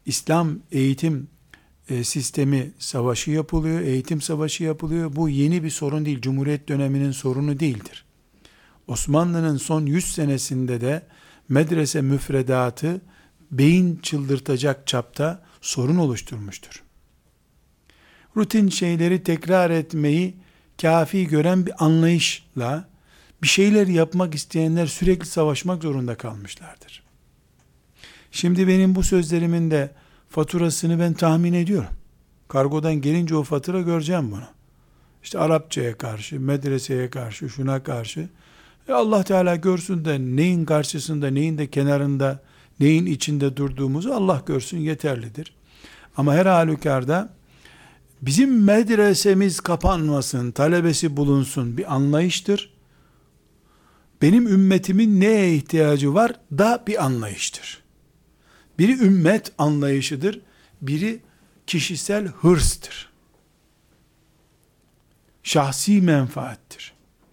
İslam eğitim sistemi savaşı yapılıyor, eğitim savaşı yapılıyor. Bu yeni bir sorun değil, Cumhuriyet döneminin sorunu değildir. Osmanlı'nın son 100 senesinde de medrese müfredatı beyin çıldırtacak çapta sorun oluşturmuştur. Rutin şeyleri tekrar etmeyi kafi gören bir anlayışla bir şeyler yapmak isteyenler sürekli savaşmak zorunda kalmışlardır. Şimdi benim bu sözlerimin de faturasını ben tahmin ediyorum. Kargodan gelince o fatura göreceğim bunu. İşte Arapçaya karşı, medreseye karşı, şuna karşı. Allah Teala görsün de neyin karşısında, neyin de kenarında, neyin içinde durduğumuzu Allah görsün, yeterlidir. Ama her halükarda bizim medresemiz kapanmasın, talebesi bulunsun bir anlayıştır. Benim ümmetimin neye ihtiyacı var da bir anlayıştır. Biri ümmet anlayışıdır, biri kişisel hırstır. Şahsi menfaattir.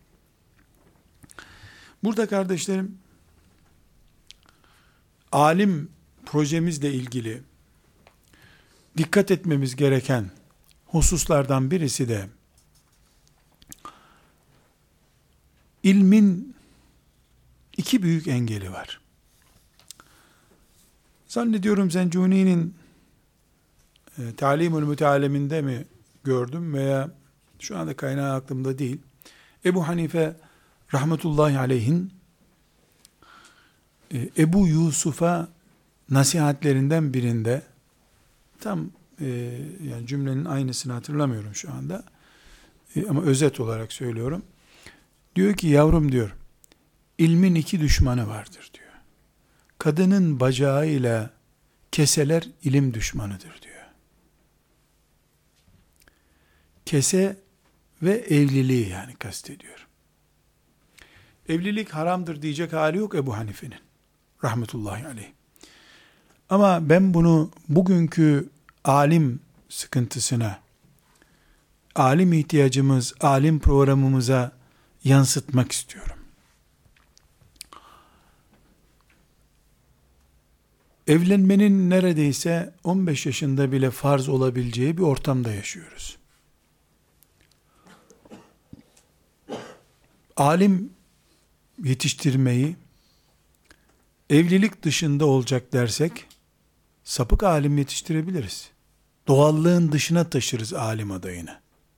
Burada kardeşlerim, alim projemizle ilgili dikkat etmemiz gereken hususlardan birisi de ilmin iki büyük engeli var. Zannediyorum Zencuni'nin Talimül Müteallim'inde mi gördüm veya şu anda kaynağı aklımda değil. Ebu Hanife rahmetullahi aleyhin Ebu Yusuf'a nasihatlerinden birinde tam yani cümlenin aynısını hatırlamıyorum şu anda. Ama özet olarak söylüyorum. Diyor ki yavrum diyor, ilmin iki düşmanı vardır diyor. Kadının bacağıyla keseler ilim düşmanıdır diyor. Kese ve evliliği yani kastediyor. Evlilik haramdır diyecek hali yok Ebu Hanife'nin rahmetullahi aleyh. Ama ben bunu bugünkü alim sıkıntısına, alim ihtiyacımız, alim programımıza yansıtmak istiyorum. Evlenmenin neredeyse 15 yaşında bile farz olabileceği bir ortamda yaşıyoruz. Alim yetiştirmeyi evlilik dışında olacak dersek sapık alim yetiştirebiliriz. Doğallığın dışına taşırız alim adayını.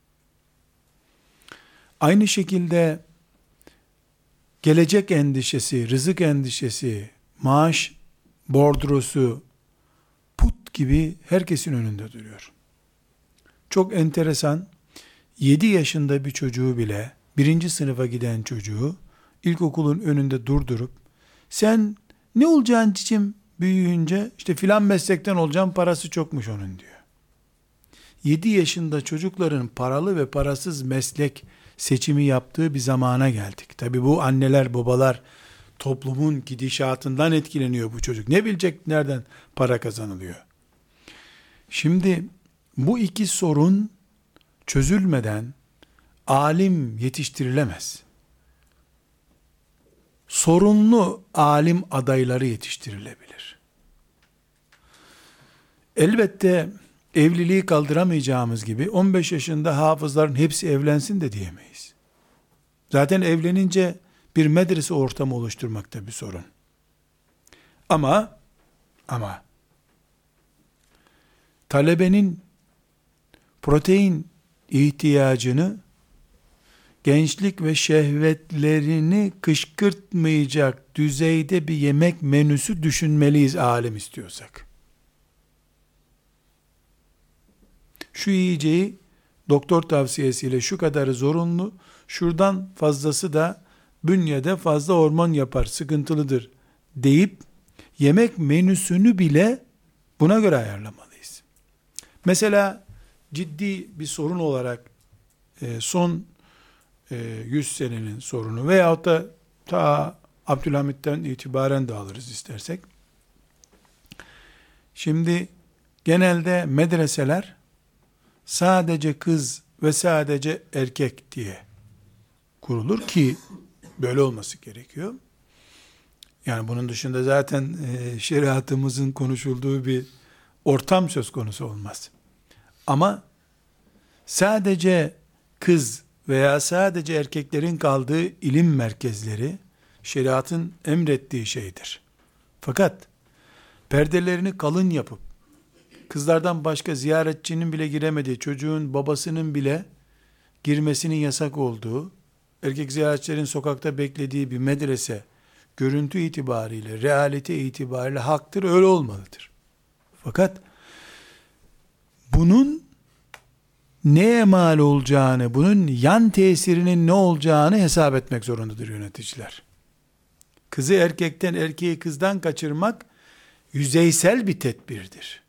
Aynı şekilde gelecek endişesi, rızık endişesi, maaş bordrosu put gibi herkesin önünde duruyor. Çok enteresan, 7 yaşında bir çocuğu bile, 1. sınıfa giden çocuğu ilkokulun önünde durdurup sen ne olacaksın cicim büyüyünce? İşte filan meslekten olacağım, parası çokmuş onun diyor. 7 yaşında çocukların paralı ve parasız meslek seçimi yaptığı bir zamana geldik. Tabi bu anneler babalar toplumun gidişatından etkileniyor bu çocuk. Ne bilecek nereden para kazanılıyor? Şimdi bu iki sorun çözülmeden alim yetiştirilemez. Sorunlu alim adayları yetiştirilebilir. Elbette evliliği kaldıramayacağımız gibi 15 yaşında hafızların hepsi evlensin de diyemeyiz. Zaten evlenince bir medrese ortamı oluşturmakta bir sorun. Ama talebenin protein ihtiyacını gençlik ve şehvetlerini kışkırtmayacak düzeyde bir yemek menüsü düşünmeliyiz alim istiyorsak. Şu yiyeceği doktor tavsiyesiyle şu kadarı zorunlu, şuradan fazlası da bünyede fazla hormon yapar, sıkıntılıdır deyip yemek menüsünü bile buna göre ayarlamalıyız. Mesela ciddi bir sorun olarak son 100 senenin sorunu veyahut da ta Abdülhamit'ten itibaren de alırız istersek. Şimdi genelde medreseler sadece kız ve sadece erkek diye kurulur ki böyle olması gerekiyor. Yani bunun dışında zaten şeriatımızın konuşulduğu bir ortam söz konusu olmaz. Ama sadece kız veya sadece erkeklerin kaldığı ilim merkezleri şeriatın emrettiği şeydir. Fakat perdelerini kalın yapıp kızlardan başka ziyaretçinin bile giremediği, çocuğun babasının bile girmesinin yasak olduğu, erkek ziyaretçilerin sokakta beklediği bir medrese görüntü itibariyle, realite itibariyle haktır, öyle olmalıdır. Fakat bunun neye mal olacağını, bunun yan tesirinin ne olacağını hesap etmek zorundadır yöneticiler. Kızı erkekten, erkeği kızdan kaçırmak yüzeysel bir tedbirdir.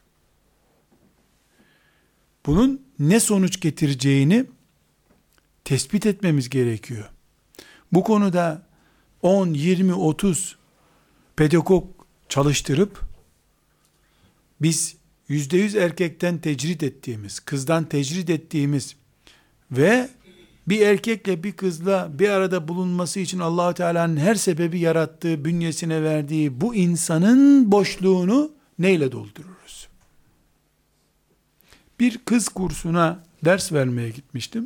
Bunun ne sonuç getireceğini tespit etmemiz gerekiyor. Bu konuda 10, 20, 30 pedagog çalıştırıp biz %100 erkekten tecrit ettiğimiz, kızdan tecrit ettiğimiz ve bir erkekle bir kızla bir arada bulunması için Allah-u Teala'nın her sebebi yarattığı, bünyesine verdiği bu insanın boşluğunu neyle doldururuz? Bir kız kursuna ders vermeye gitmiştim.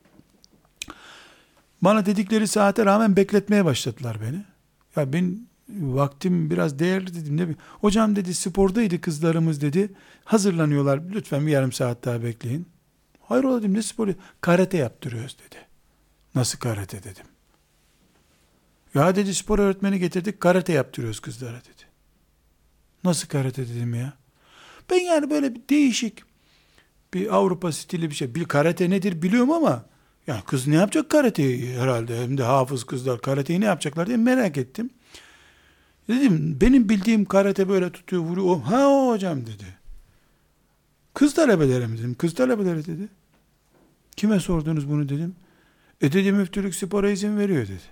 Bana dedikleri saate rağmen bekletmeye başladılar beni. Ya ben vaktim biraz değerli dedim. Ne? Hocam dedi spordaydı kızlarımız dedi. Hazırlanıyorlar. Lütfen bir yarım saat daha bekleyin. Hayrola dedim, ne sporu? Karate yaptırıyoruz dedi. Nasıl karate dedim. Ya dedi spor öğretmeni getirdik, karate yaptırıyoruz kızlara dedi. Nasıl karate dedim ya. Ben yani böyle bir değişik bir Avrupa stili bir şey. Bir karate nedir biliyorum ama ya kız ne yapacak karateyi herhalde, hem de hafız kızlar karateyi ne yapacaklar diye merak ettim. Dedim benim bildiğim karate böyle tutuyor vuruyor. Ha o hocam dedi. Kız talebeleri mi dedim. Kız talebeleri dedi. Kime sordunuz bunu dedim. Dedi müftülük spora izin veriyor dedi.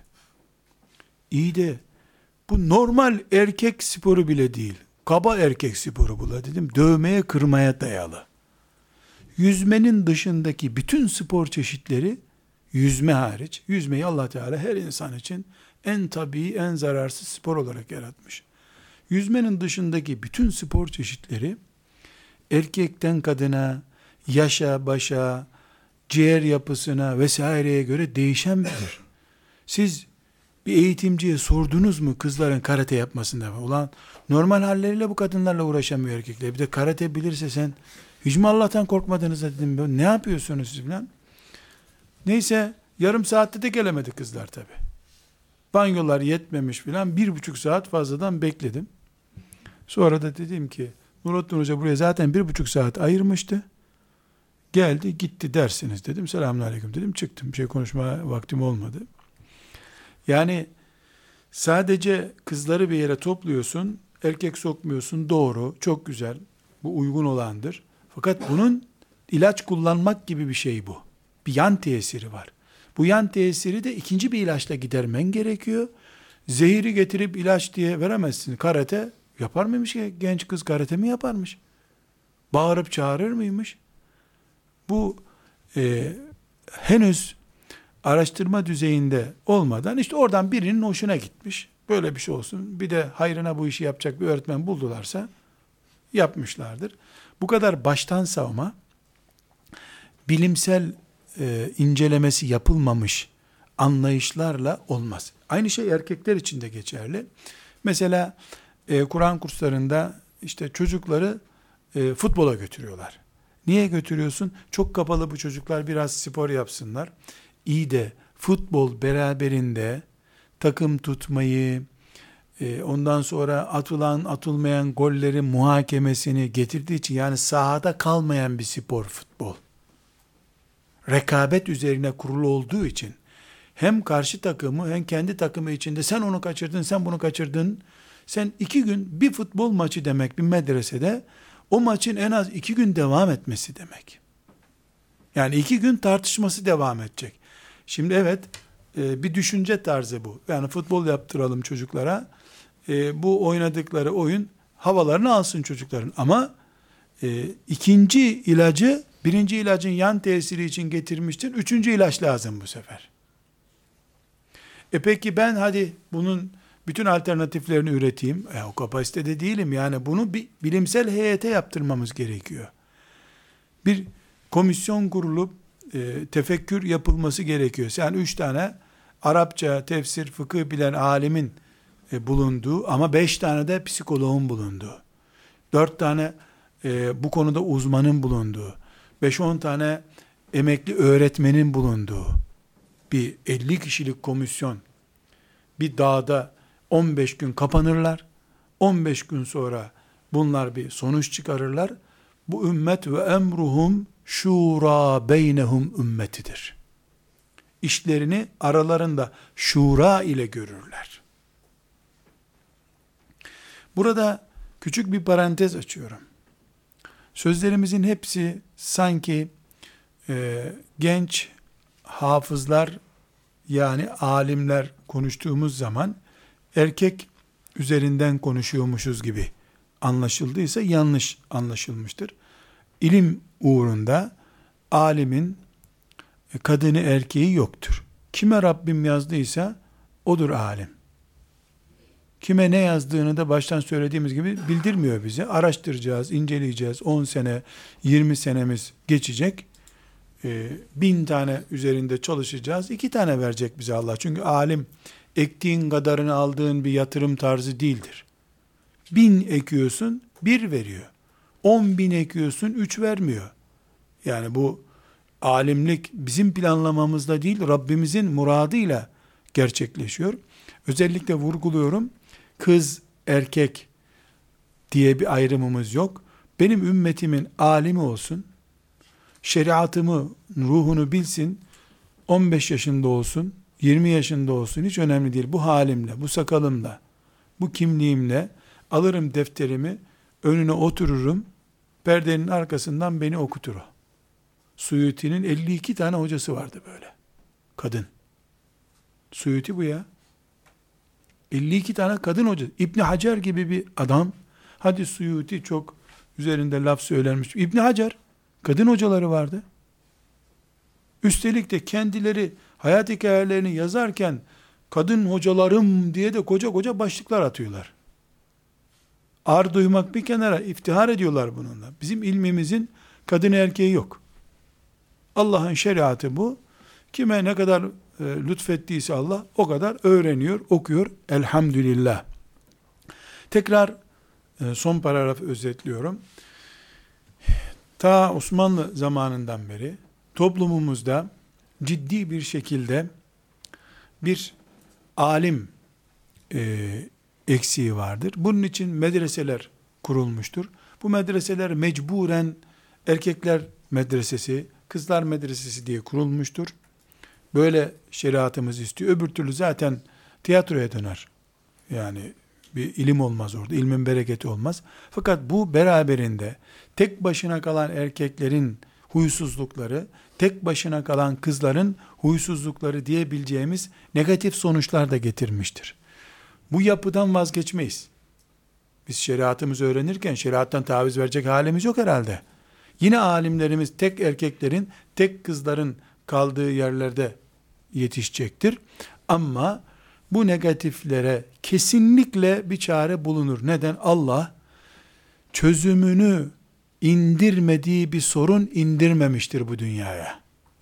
İyi de bu normal erkek sporu bile değil. Kaba erkek sporu bu da dedim. Dövmeye kırmaya dayalı. Yüzmenin dışındaki bütün spor çeşitleri, yüzme hariç, yüzmeyi Allah Teala her insan için en tabii, en zararsız spor olarak yaratmış. Yüzmenin dışındaki bütün spor çeşitleri erkekten kadına, yaşa, başa, ciğer yapısına vesaireye göre değişendir. Siz bir eğitimciye sordunuz mu kızların karate yapmasında? Ulan normal halleriyle bu kadınlarla uğraşamıyor erkekler. Bir de karate bilirse sen hiç mi Allah'tan korkmadınız dedim. Ne yapıyorsunuz siz falan? Neyse yarım saatte de gelemedi kızlar tabi. Banyolar yetmemiş filan, 1,5 saat fazladan bekledim. Sonra da dedim ki Nurattin Hoca buraya zaten 1,5 saat ayırmıştı. Geldi gitti dersiniz dedim. Selamünaleyküm dedim, çıktım. Bir şey konuşmaya vaktim olmadı. Yani sadece kızları bir yere topluyorsun, erkek sokmuyorsun, doğru, çok güzel. Bu uygun olandır. Fakat bunun ilaç kullanmak gibi bir şey bu. Bir yan tesiri var. Bu yan tesiri de ikinci bir ilaçla gidermen gerekiyor. Zehiri getirip ilaç diye veremezsin. Karate yapar mıymış ki? Genç kız karate mi yaparmış? Bağırıp çağırır mıymış? Bu henüz araştırma düzeyinde olmadan işte oradan birinin hoşuna gitmiş. Böyle bir şey olsun. Bir de hayrına bu işi yapacak bir öğretmen buldularsa yapmışlardır. Bu kadar baştan savma, bilimsel incelemesi yapılmamış anlayışlarla olmaz. Aynı şey erkekler için de geçerli. Mesela Kur'an kurslarında işte çocukları futbola götürüyorlar. Niye götürüyorsun? Çok kapalı bu çocuklar, biraz spor yapsınlar. İyi de futbol beraberinde takım tutmayı, ondan sonra atılan atılmayan gollerin muhakemesini getirdiği için, yani sahada kalmayan bir spor futbol. Rekabet üzerine kurulu olduğu için hem karşı takımı hem kendi takımı içinde sen onu kaçırdın, sen bunu kaçırdın. Sen 2 gün bir futbol maçı demek bir medresede, o maçın en az 2 gün devam etmesi demek. Yani 2 gün tartışması devam edecek. Şimdi evet, bir düşünce tarzı bu. Yani futbol yaptıralım çocuklara. Bu oynadıkları oyun havalarını alsın çocukların. Ama ikinci ilacı birinci ilacın yan tesiri için getirmiştir. 3. ilaç lazım bu sefer. Peki ben hadi bunun Bütün alternatiflerini üreteyim. O kapasitede değilim. Yani bunu bir bilimsel heyete yaptırmamız gerekiyor. Bir komisyon kurulup tefekkür yapılması gerekiyor. Yani 3 tane Arapça, tefsir, fıkıh bilen alimin bulunduğu ama 5 tane de psikoloğun bulunduğu, 4 tane bu konuda uzmanın bulunduğu, 5-10 tane emekli öğretmenin bulunduğu bir 50 kişilik komisyon bir dağda 15 gün kapanırlar. 15 gün sonra bunlar bir sonuç çıkarırlar. Bu ümmet ve emruhum şura beynehum ümmetidir. İşlerini aralarında şura ile görürler. Burada küçük bir parantez açıyorum. Sözlerimizin hepsi sanki genç hafızlar yani alimler konuştuğumuz zaman erkek üzerinden konuşuyormuşuz gibi anlaşıldıysa yanlış anlaşılmıştır. İlim uğrunda alimin kadını erkeği yoktur. Kime Rabbim yazdıysa odur alim. Kime ne yazdığını da baştan söylediğimiz gibi bildirmiyor bize. Araştıracağız, inceleyeceğiz. 10 sene, 20 senemiz geçecek. 1000 tane üzerinde çalışacağız. 2 tane verecek bize Allah. Çünkü alim ektiğin kadarını aldığın bir yatırım tarzı değildir. 1000 ekiyorsun, 1 veriyor. 10.000 ekiyorsun, 3 vermiyor. Yani bu alimlik bizim planlamamızda değil, Rabbimizin muradıyla gerçekleşiyor. Özellikle vurguluyorum, kız, erkek diye bir ayrımımız yok. Benim ümmetimin alimi olsun, şeriatımı, ruhunu bilsin, 15 yaşında olsun, 20 yaşında olsun, hiç önemli değil. Bu halimle, bu sakalımla, bu kimliğimle alırım defterimi, önüne otururum, perdenin arkasından beni okutur o. Suyuti'nin 52 tane hocası vardı böyle. Kadın. Suyuti bu ya. 52 tane kadın hoca. İbn Hacer gibi bir adam. Hadi Suyuti çok üzerinde laf söylenmiş. İbn Hacer kadın hocaları vardı. Üstelik de kendileri hayat hikayelerini yazarken kadın hocalarım diye de koca koca başlıklar atıyorlar. Ar duymak bir kenara, iftihar ediyorlar bununla. Bizim ilmimizin kadın erkeği yok. Allah'ın şeriatı bu. Kime ne kadar lütfettiyse Allah o kadar öğreniyor, okuyor. Elhamdülillah. Tekrar son paragrafı özetliyorum. Ta Osmanlı zamanından beri toplumumuzda ciddi bir şekilde bir alim eksiği vardır. Bunun için medreseler kurulmuştur. Bu medreseler mecburen erkekler medresesi, kızlar medresesi diye kurulmuştur. Böyle şeriatımız istiyor. Öbür türlü zaten tiyatroya döner. Yani bir ilim olmaz orada. İlmin bereketi olmaz. Fakat bu beraberinde tek başına kalan erkeklerin huysuzlukları, tek başına kalan kızların huysuzlukları diyebileceğimiz negatif sonuçlar da getirmiştir. Bu yapıdan vazgeçmeyiz. Biz şeriatımızı öğrenirken şeriattan taviz verecek halimiz yok herhalde. Yine alimlerimiz tek erkeklerin, tek kızların kaldığı yerlerde yetişecektir. Ama bu negatiflere kesinlikle bir çare bulunur. Neden? Allah çözümünü indirmediği bir sorun indirmemiştir bu dünyaya.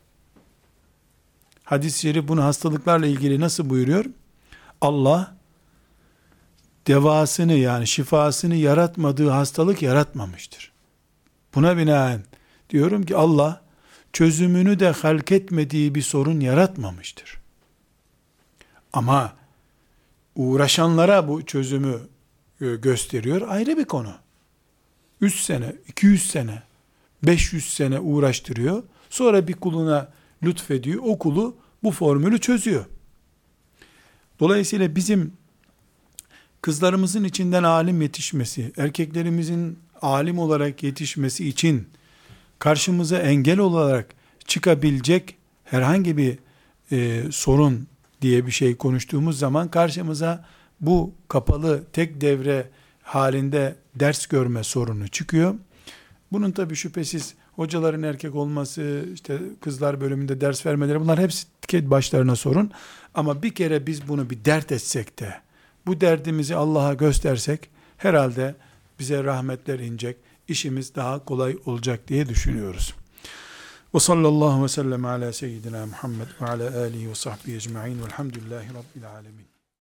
Hadis-i şerif bunu hastalıklarla ilgili nasıl buyuruyor? Allah devasını yani şifasını yaratmadığı hastalık yaratmamıştır. Buna binaen diyorum ki Allah çözümünü de halk etmediği bir sorun yaratmamıştır. Ama uğraşanlara bu çözümü gösteriyor, ayrı bir konu. 3 sene, 200 sene, 500 sene uğraştırıyor. Sonra bir kuluna lütfediyor. O kulu bu formülü çözüyor. Dolayısıyla bizim kızlarımızın içinden alim yetişmesi, erkeklerimizin alim olarak yetişmesi için karşımıza engel olarak çıkabilecek herhangi bir sorun diye bir şey konuştuğumuz zaman karşımıza bu kapalı tek devre halinde ders görme sorunu çıkıyor. Bunun tabii şüphesiz hocaların erkek olması, işte kızlar bölümünde ders vermeleri, bunlar hepsi başlarına sorun. Ama bir kere biz bunu bir dert etsek de, bu derdimizi Allah'a göstersek herhalde bize rahmetler inecek, işimiz daha kolay olacak diye düşünüyoruz. Ve sallallahu ve sellem ala seyyidina Muhammed ve ala alihi ve sahbihi ecma'in velhamdülillahi rabbil alemin.